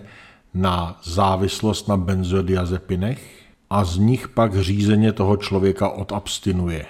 na závislost na benzodiazepinech a z nich pak řízeně toho člověka odabstinuje.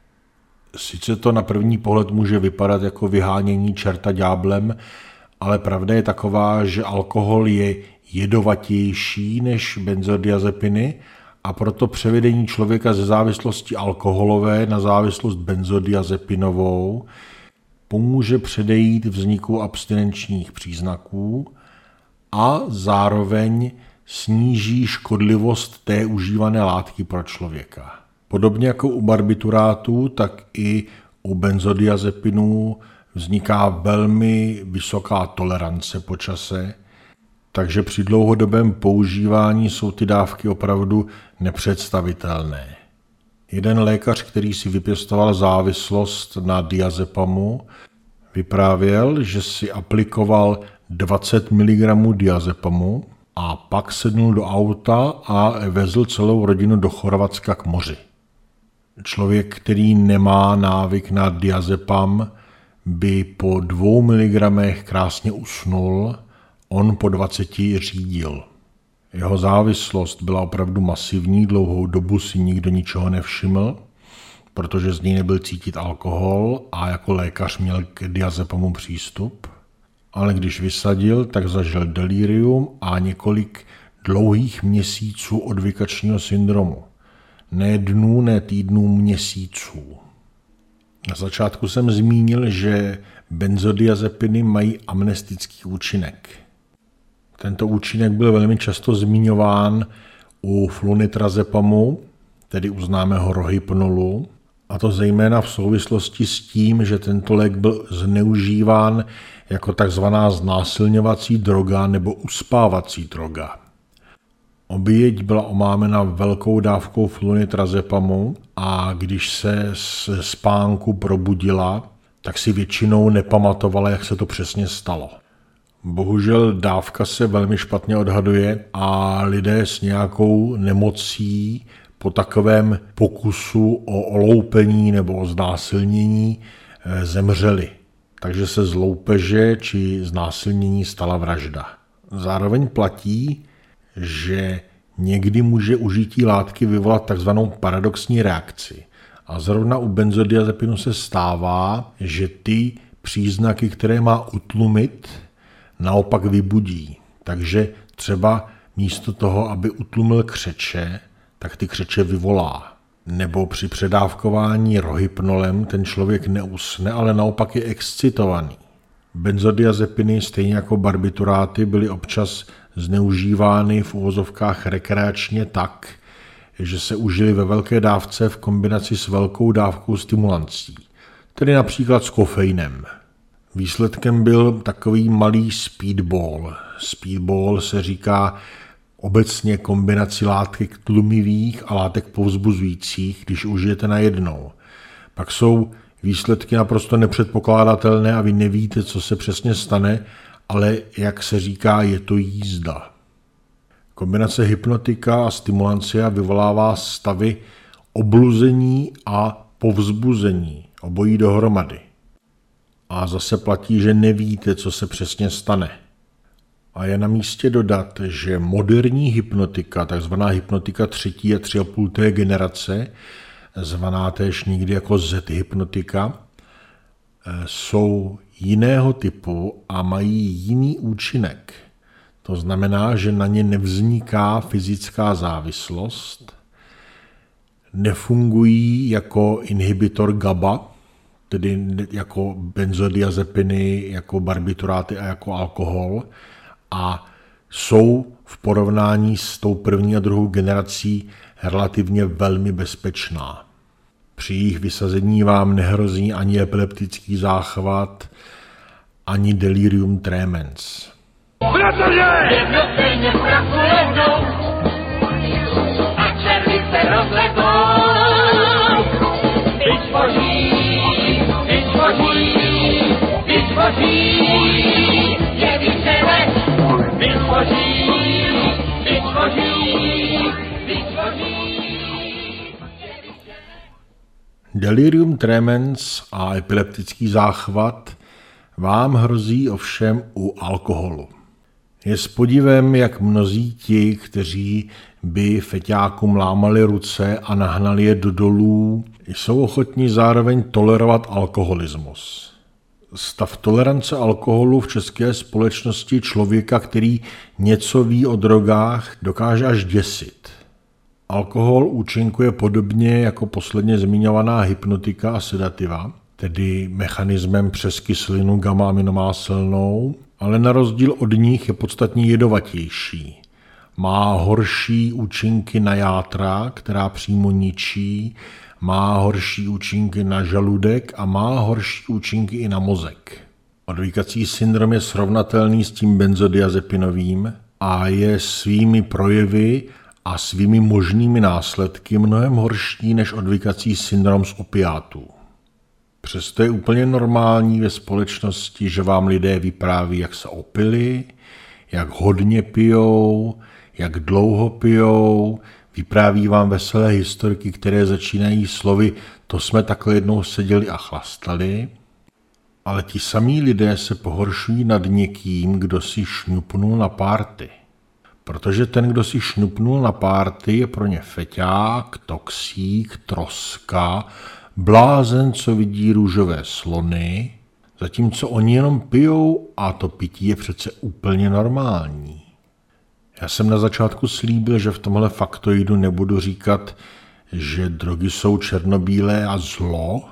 Sice to na první pohled může vypadat jako vyhánění čerta ďáblem, ale pravda je taková, že alkohol je jedovatější než benzodiazepiny a proto převedení člověka ze závislosti alkoholové na závislost benzodiazepinovou pomůže předejít vzniku abstinenčních příznaků a zároveň sníží škodlivost té užívané látky pro člověka. Podobně jako u barbiturátů, tak i u benzodiazepinů vzniká velmi vysoká tolerance po čase, takže při dlouhodobém používání jsou ty dávky opravdu nepředstavitelné. Jeden lékař, který si vypěstoval závislost na diazepamu, vyprávěl, že si aplikoval dvacet miligramů diazepamu a pak sednul do auta a vezl celou rodinu do Chorvatska k moři. Člověk, který nemá návyk na diazepam, by po dvou miligramech krásně usnul, on po dvaceti řídil. Jeho závislost byla opravdu masivní, dlouhou dobu si nikdo ničeho nevšiml, protože z něj nebyl cítit alkohol a jako lékař měl k diazepamu přístup. Ale když vysadil, tak zažil delirium a několik dlouhých měsíců odvykačního syndromu. Ne dnů, ne týdnů, měsíců. Na začátku jsem zmínil, že benzodiazepiny mají amnestický účinek. Tento účinek byl velmi často zmiňován u flunitrazepamu, tedy u známého rohypnolu, a to zejména v souvislosti s tím, že tento lék byl zneužíván jako takzvaná znásilňovací droga nebo uspávací droga. Oběť byla omámena velkou dávkou flunitrazepamu a když se z spánku probudila, tak si většinou nepamatovala, jak se to přesně stalo. Bohužel dávka se velmi špatně odhaduje a lidé s nějakou nemocí po takovém pokusu o oloupení nebo o znásilnění zemřeli. Takže se z loupeže či znásilnění stala vražda. Zároveň platí, že někdy může užití látky vyvolat takzvanou paradoxní reakci. A zrovna u benzodiazepinu se stává, že ty příznaky, které má utlumit, naopak vybudí. Takže třeba místo toho, aby utlumil křeče, tak ty křeče vyvolá. Nebo při předávkování rohypnolem ten člověk neusne, ale naopak je excitovaný. Benzodiazepiny, stejně jako barbituráty, byly občas zneužívány v uvozovkách rekreačně tak, že se užily ve velké dávce v kombinaci s velkou dávkou stimulancí, tedy například s kofeinem. Výsledkem byl takový malý speedball. Speedball se říká obecně kombinaci látek tlumivých a látek povzbuzujících, když užijete najednou. Pak jsou výsledky naprosto nepředpokládatelné a vy nevíte, co se přesně stane, ale jak se říká, je to jízda. Kombinace hypnotika a stimulancia vyvolává stavy obluzení a povzbuzení, obojí dohromady. A zase platí, že nevíte, co se přesně stane. A je na místě dodat, že moderní hypnotika, takzvaná hypnotika třetí a tři a půl té generace, zvaná též někdy jako Z-hypnotika, jsou jiného typu a mají jiný účinek. To znamená, že na ně nevzniká fyzická závislost, nefungují jako inhibitor GABA, tedy jako benzodiazepiny, jako barbituráty a jako alkohol, a jsou v porovnání s tou první a druhou generací relativně velmi bezpečná. Při jejich vysazení vám nehrozí ani epileptický záchvat, ani delirium tremens. Protože jednotlině v prachu lehnou a červy se rozletou. Vytvoří, vytvoří, vytvoří, je výsledek. Vytvoří, vytvoří, vytvoří. Delirium tremens a epileptický záchvat vám hrozí ovšem u alkoholu. Je s podivem, jak mnozí ti, kteří by feťákům lámali ruce a nahnali je do dolů, jsou ochotní zároveň tolerovat alkoholismus. Stav tolerance alkoholu v české společnosti člověka, který něco ví o drogách, dokáže až děsit. Alkohol účinkuje podobně jako posledně zmiňovaná hypnotika a sedativa, tedy mechanismem přes kyselinu gamma-aminomáselnou, ale na rozdíl od nich je podstatně jedovatější. Má horší účinky na játra, která přímo ničí, má horší účinky na žaludek a má horší účinky i na mozek. Odvykací syndrom je srovnatelný s tím benzodiazepinovým a je svými projevy a svými možnými následky mnohem horší než odvykací syndrom z opiátů. Přesto je úplně normální ve společnosti, že vám lidé vypráví, jak se opili, jak hodně pijou, jak dlouho pijou, vypráví vám veselé historky, které začínají slovy to jsme takhle jednou seděli a chlastali, ale ti samí lidé se pohoršují nad někým, kdo si šňupnul na párty. Protože ten, kdo si šňupnul na párty, je pro ně feťák, toxík, troska, blázen, co vidí růžové slony, zatímco oni jenom pijou a to pití je přece úplně normální. Já jsem na začátku slíbil, že v tomhle faktoidu nebudu říkat, že drogy jsou černobílé a zlo,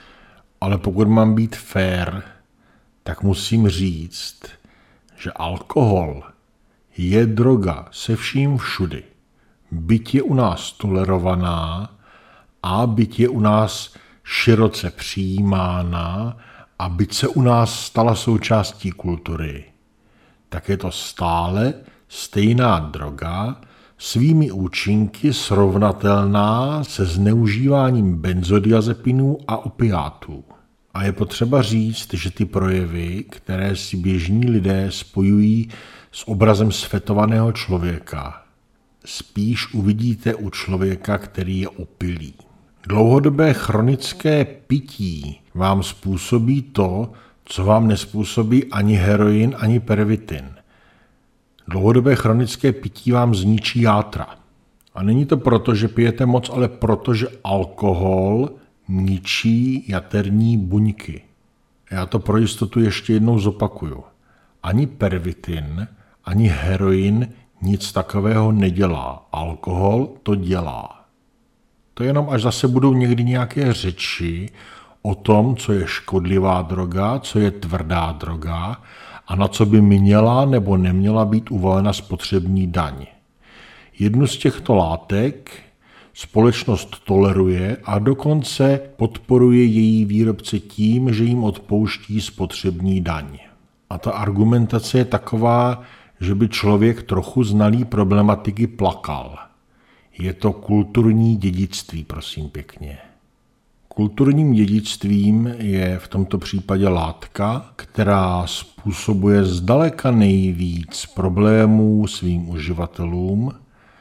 ale pokud mám být fair, tak musím říct, že alkohol je droga se vším všudy. Byť je u nás tolerovaná a byť je u nás široce přijímána a byť se u nás stala součástí kultury, tak je to stále stejná droga, svými účinky srovnatelná se zneužíváním benzodiazepinů a opiátů. A je potřeba říct, že ty projevy, které si běžní lidé spojují s obrazem sfetovaného člověka, spíš uvidíte u člověka, který je opilý. Dlouhodobé chronické pití vám způsobí to, co vám nespůsobí ani heroin, ani pervitin. Dlouhodobé chronické pití vám zničí játra. A není to proto, že pijete moc, ale proto, že alkohol ničí jaterní buňky. Já to pro jistotu ještě jednou zopakuju. Ani pervitin, ani heroin nic takového nedělá. Alkohol to dělá. To jenom až zase budou někdy nějaké řeči o tom, co je škodlivá droga, co je tvrdá droga a na co by měla nebo neměla být uvalena spotřební daň. Jednu z těchto látek společnost toleruje a dokonce podporuje její výrobce tím, že jim odpouští spotřební daň. A ta argumentace je taková, že by člověk trochu znalý problematiky plakal. Je to kulturní dědictví, prosím pěkně. Kulturním dědictvím je v tomto případě látka, která způsobuje zdaleka nejvíc problémů svým uživatelům,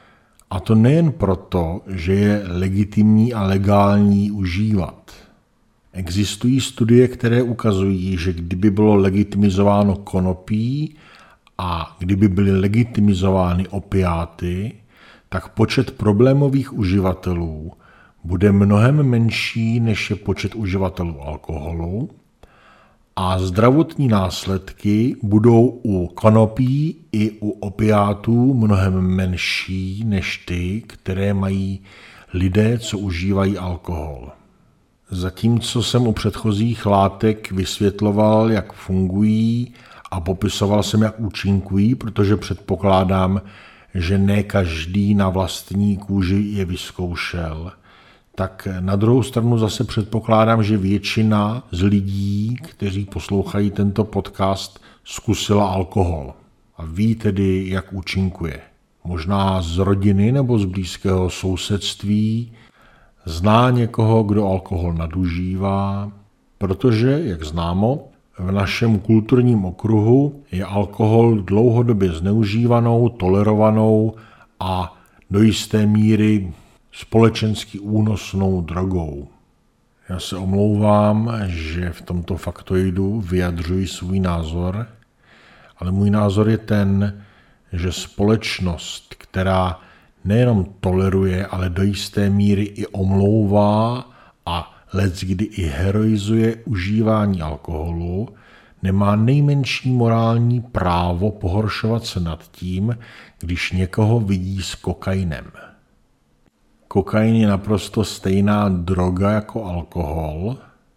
a to nejen proto, že je legitimní a legální užívat. Existují studie, které ukazují, že kdyby bylo legitimizováno konopí a kdyby byly legitimizovány opiáty, tak počet problémových uživatelů bude mnohem menší, než je počet uživatelů alkoholu a zdravotní následky budou u konopí i u opiátů mnohem menší než ty, které mají lidé, co užívají alkohol. Zatímco jsem u předchozích látek vysvětloval, jak fungují a popisoval jsem, jak účinkují, protože předpokládám, že ne každý na vlastní kůži je vyzkoušel, tak na druhou stranu zase předpokládám, že většina z lidí, kteří poslouchají tento podcast, zkusila alkohol a ví tedy, jak účinkuje. Možná z rodiny nebo z blízkého sousedství zná někoho, kdo alkohol nadužívá, protože, jak známo, v našem kulturním okruhu je alkohol dlouhodobě zneužívanou, tolerovanou a do jisté míry společensky únosnou drogou. Já se omlouvám, že v tomto faktoidu vyjadřuji svůj názor, Ale můj názor je ten, že společnost, která nejenom toleruje, ale do jisté míry i omlouvá a leckdy i heroizuje užívání alkoholu, nemá nejmenší morální právo pohoršovat se nad tím, když někoho vidí s kokainem. Kokain je naprosto stejná droga jako alkohol,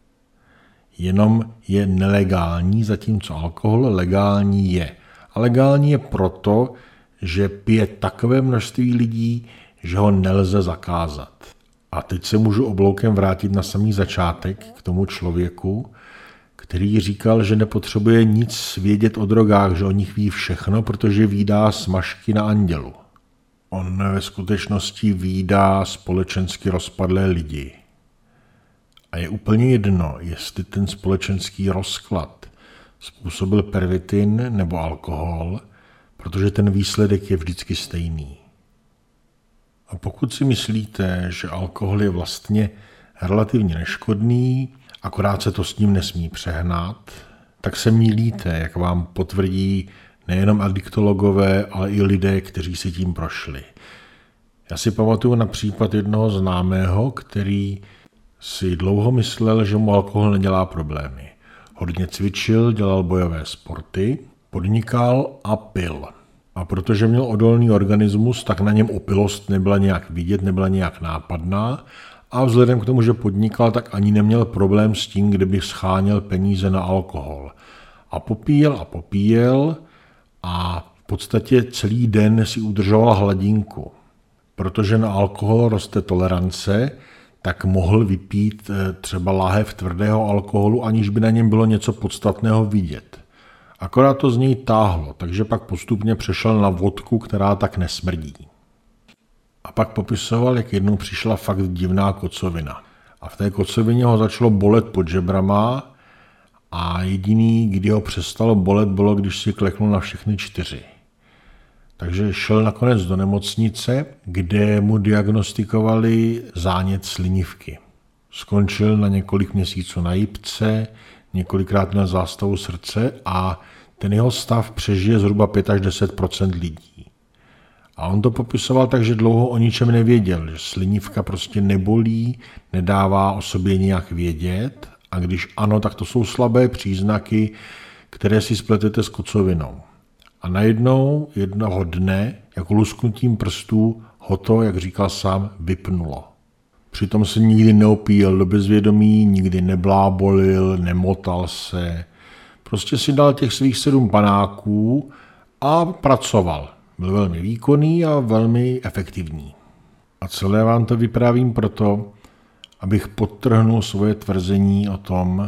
jenom je nelegální, zatímco alkohol legální je. A legální je proto, že pije takové množství lidí, že ho nelze zakázat. A teď se můžu obloukem vrátit na samý začátek k tomu člověku, který říkal, že nepotřebuje nic vědět o drogách, že o nich ví všechno, protože vídá smažky na andělu. On ve skutečnosti vídá společensky rozpadlé lidi. A je úplně jedno, jestli ten společenský rozklad způsobil pervitin nebo alkohol, protože ten výsledek je vždycky stejný. A pokud si myslíte, že alkohol je vlastně relativně neškodný, akorát se to s ním nesmí přehnat, tak se mýlíte, jak vám potvrdí nejenom adiktologové, ale i lidé, kteří si tím prošli. Já si pamatuju na případ jednoho známého, který si dlouho myslel, že mu alkohol nedělá problémy. Hodně cvičil, dělal bojové sporty, podnikal a pil. A protože měl odolný organismus, tak na něm opilost nebyla nějak vidět, nebyla nějak nápadná. A vzhledem k tomu, že podnikal, tak ani neměl problém s tím, kdyby scháněl peníze na alkohol. A popíjel a popíjel a v podstatě celý den si udržoval hladinku. Protože na alkohol roste tolerance, tak mohl vypít třeba láhev tvrdého alkoholu, aniž by na něm bylo něco podstatného vidět. Akorát to z něj táhlo, takže pak postupně přešel na vodku, která tak nesmrdí. A pak popisoval, jak jednou přišla fakt divná kocovina. A v té kocovině ho začalo bolet pod žebrama a jediný, kdy ho přestalo bolet, bylo, když si kleknul na všechny čtyři. Takže šel nakonec do nemocnice, kde mu diagnostikovali zánět slinivky. Skončil na několik měsíců na jipce, několikrát měl zástavu srdce a ten jeho stav přežije zhruba pět až deset procent lidí. A on to popisoval tak, že dlouho o ničem nevěděl, že slinivka prostě nebolí, nedává o sobě nějak vědět a když ano, tak to jsou slabé příznaky, které si spletete s kocovinou. A najednou jednoho dne, jako lusknutím prstů, ho to, jak říkal sám, vypnulo. Přitom se nikdy neopíjel do bezvědomí, nikdy neblábolil, nemotal se. Prostě si dal těch svých sedm panáků a pracoval. Byl velmi výkonný a velmi efektivní. A celé vám to vyprávím proto, abych podtrhnul svoje tvrzení o tom,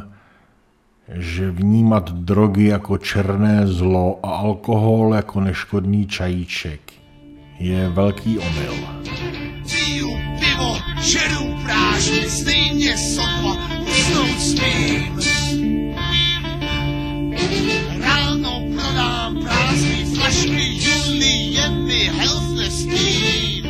že vnímat drogy jako černé zlo a alkohol jako neškodný čajíček je velký omyl. Piju pivo, žeru prášky, stejně sotva usnout smím. Ráno prodám prázdný flašky, jestli je mi helpless clean.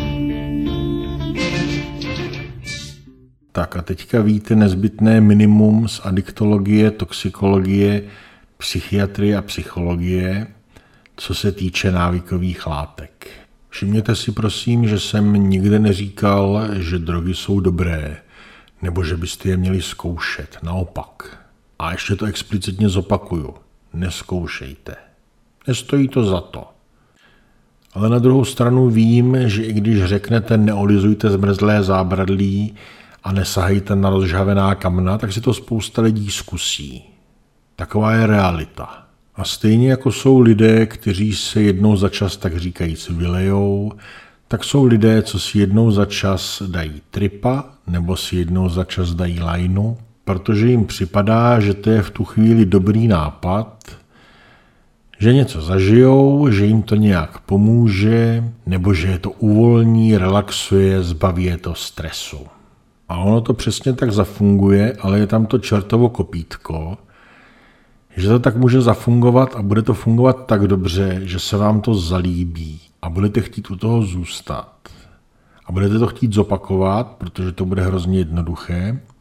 Tak a teďka víte nezbytné minimum z adiktologie, toxikologie, psychiatrie a psychologie, co se týče návykových látek. Všimněte si prosím, že jsem nikde neříkal, že drogy jsou dobré, nebo že byste je měli zkoušet, naopak. A ještě to explicitně zopakuju, nezkoušejte. Nestojí to za to. Ale na druhou stranu vím, že i když řeknete neolizujte zmrzlé zábradlí a nesahejte na rozžhavená kamna, tak si to spousta lidí zkusí. Taková je realita. A stejně jako jsou lidé, kteří se jednou za čas tak říkajíc vylejou, tak jsou lidé, co si jednou za čas dají tripa nebo si jednou za čas dají lajnu, protože jim připadá, že to je v tu chvíli dobrý nápad, že něco zažijou, že jim to nějak pomůže, nebo že je to uvolní, relaxuje, zbaví je to stresu. A ono to přesně tak zafunguje, ale je tam to čertovo kopítko, že to tak může zafungovat a bude to fungovat tak dobře, že se vám to zalíbí a budete chtít u toho zůstat. A budete to chtít zopakovat, protože to bude hrozně jednoduché.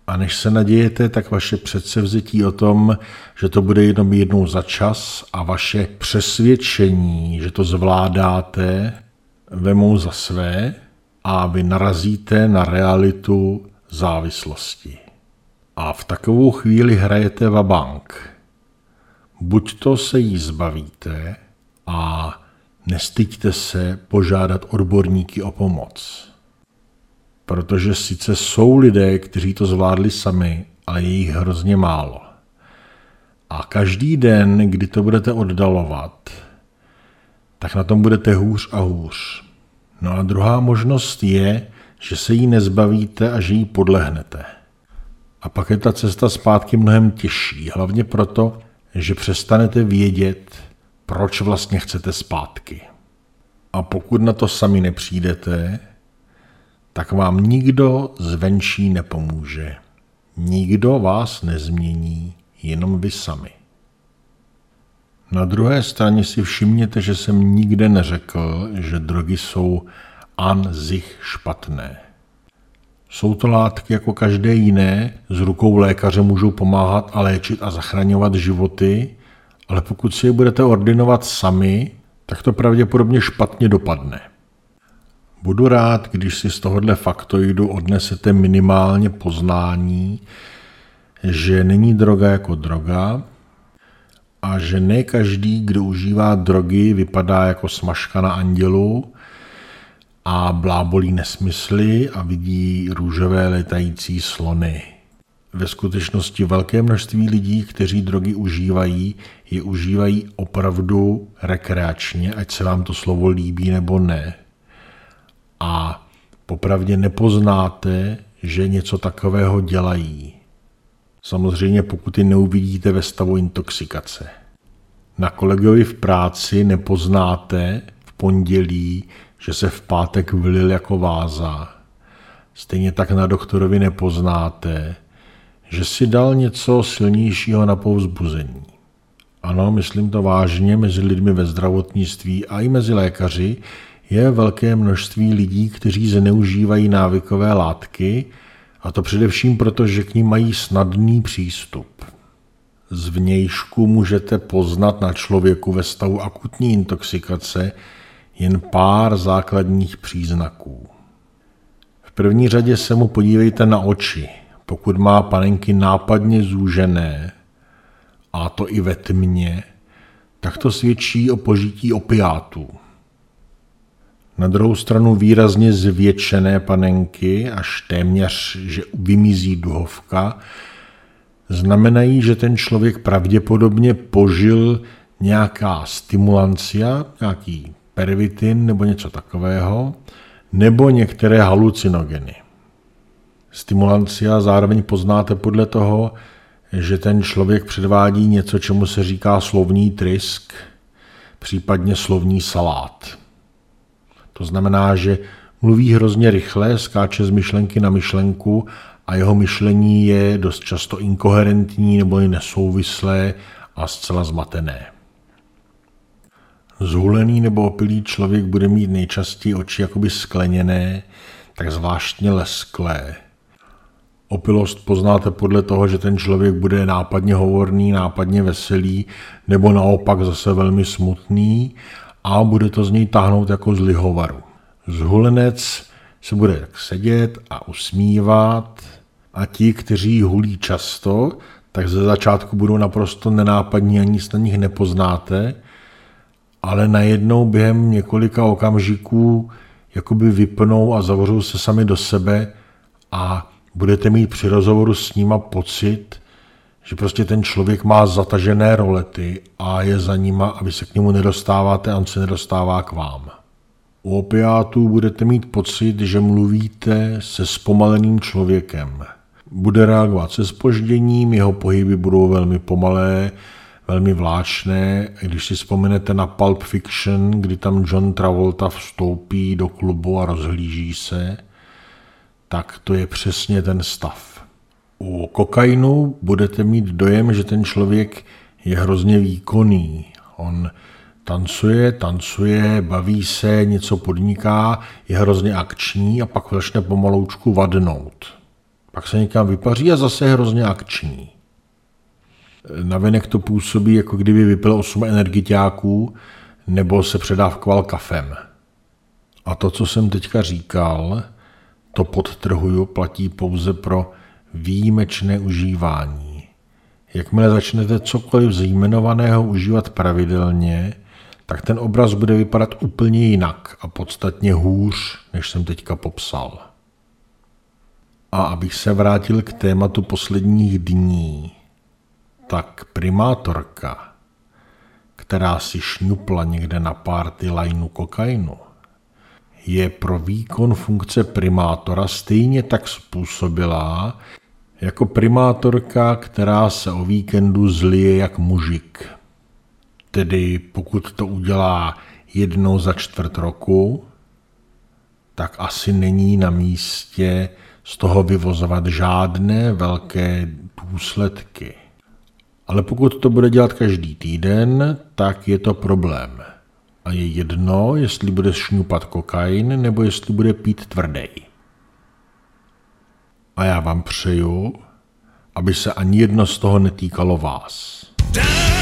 A než se nadějete, tak vaše předsevzetí o tom, že to bude jenom jednou za čas a vaše přesvědčení, že to zvládáte, vemou za své a vy narazíte na realitu závislosti. A v takovou chvíli hrajete vabank. Buď to se jí zbavíte a nestyďte se požádat odborníky o pomoc. Protože sice jsou lidé, kteří to zvládli sami, ale je jich hrozně málo. A každý den, kdy to budete oddalovat, tak na tom budete hůř a hůř. No a druhá možnost je, že se jí nezbavíte a že jí podlehnete. A pak je ta cesta zpátky mnohem těžší, hlavně proto, že přestanete vědět, proč vlastně chcete zpátky. A pokud na to sami nepřijdete, tak vám nikdo zvenčí nepomůže. Nikdo vás nezmění, jenom vy sami. Na druhé straně si všimněte, že jsem nikde neřekl, že drogy jsou an sich špatné. Jsou to látky jako každé jiné, s rukou lékaře můžou pomáhat a léčit a zachraňovat životy, ale pokud si je budete ordinovat sami, tak to pravděpodobně špatně dopadne. Budu rád, když si z tohohle faktoidu odnesete minimálně poznání, že není droga jako droga a že ne každý, kdo užívá drogy, vypadá jako smažka na andělu a blábolí nesmysly a vidí růžové letající slony. Ve skutečnosti velké množství lidí, kteří drogy užívají, je užívají opravdu rekreačně, ať se vám to slovo líbí nebo ne. A popravdě nepoznáte, že něco takového dělají. Samozřejmě pokud je neuvidíte ve stavu intoxikace. Na kolegovi v práci nepoznáte v pondělí, že se v pátek vylil jako váza. Stejně tak na doktorovi nepoznáte, že si dal něco silnějšího na povzbuzení. Ano, myslím to vážně, mezi lidmi ve zdravotnictví a i mezi lékaři je velké množství lidí, kteří zneužívají návykové látky, a to především proto, že k nim mají snadný přístup. Zvnějšku můžete poznat na člověku ve stavu akutní intoxikace jen pár základních příznaků. V první řadě se mu podívejte na oči. Pokud má panenky nápadně zúžené, a to i ve tmě, tak to svědčí o požití opiátů. Na druhou stranu výrazně zvětšené panenky, až téměř, že vymizí duhovka, znamenají, že ten člověk pravděpodobně požil nějaká stimulancia, nějaký pervitin nebo něco takového, nebo některé halucinogeny. Stimulancia zároveň poznáte podle toho, že ten člověk předvádí něco, čemu se říká slovní trysk, případně slovní salát. To znamená, že mluví hrozně rychle, skáče z myšlenky na myšlenku a jeho myšlení je dost často inkoherentní nebo i nesouvislé a zcela zmatené. Zhulený nebo opilý člověk bude mít nejčastěji oči jakoby skleněné, tak zvláštně lesklé. Opilost poznáte podle toho, že ten člověk bude nápadně hovorný, nápadně veselý, nebo naopak zase velmi smutný a bude to z něj táhnout jako z lihovaru. Zhulenec se bude tak sedět a usmívat a ti, kteří hulí často, tak ze začátku budou naprosto nenápadní a nic na nich nepoznáte, ale najednou během několika okamžiků jakoby vypnou a zavřou se sami do sebe a budete mít při rozhovoru s nima pocit, že prostě ten člověk má zatažené rolety a je za nima a vy se k němu nedostáváte a on se nedostává k vám. U opiátů budete mít pocit, že mluvíte se zpomaleným člověkem. Bude reagovat se zpožděním, jeho pohyby budou velmi pomalé, velmi vláčné. Když si vzpomenete na Pulp Fiction, kdy tam John Travolta vstoupí do klubu a rozhlíží se, tak to je přesně ten stav. U kokainu budete mít dojem, že ten člověk je hrozně výkonný. On tancuje, tancuje, baví se, něco podniká, je hrozně akční a pak začne pomaloučku vadnout. Pak se někam vypaří a zase je hrozně akční. Navenek to působí, jako kdyby vypil osm energiťáků nebo se předávkoval kafem. A to, co jsem teďka říkal, to podtrhuju, platí pouze pro výjimečné užívání. Jakmile začnete cokoliv z jmenovaného užívat pravidelně, tak ten obraz bude vypadat úplně jinak a podstatně hůř, než jsem teďka popsal. A abych se vrátil k tématu posledních dní, tak primátorka, která si šňupla někde na party lajnu kokainu, je pro výkon funkce primátora stejně tak způsobilá, jako primátorka, která se o víkendu zlije jak mužik. Tedy pokud to udělá jednou za čtvrt roku, tak asi není na místě z toho vyvozovat žádné velké důsledky. Ale pokud to bude dělat každý týden, tak je to problém. A je jedno, jestli bude šňupat kokain, nebo jestli bude pít tvrdej. A já vám přeju, aby se ani jedno z toho netýkalo vás.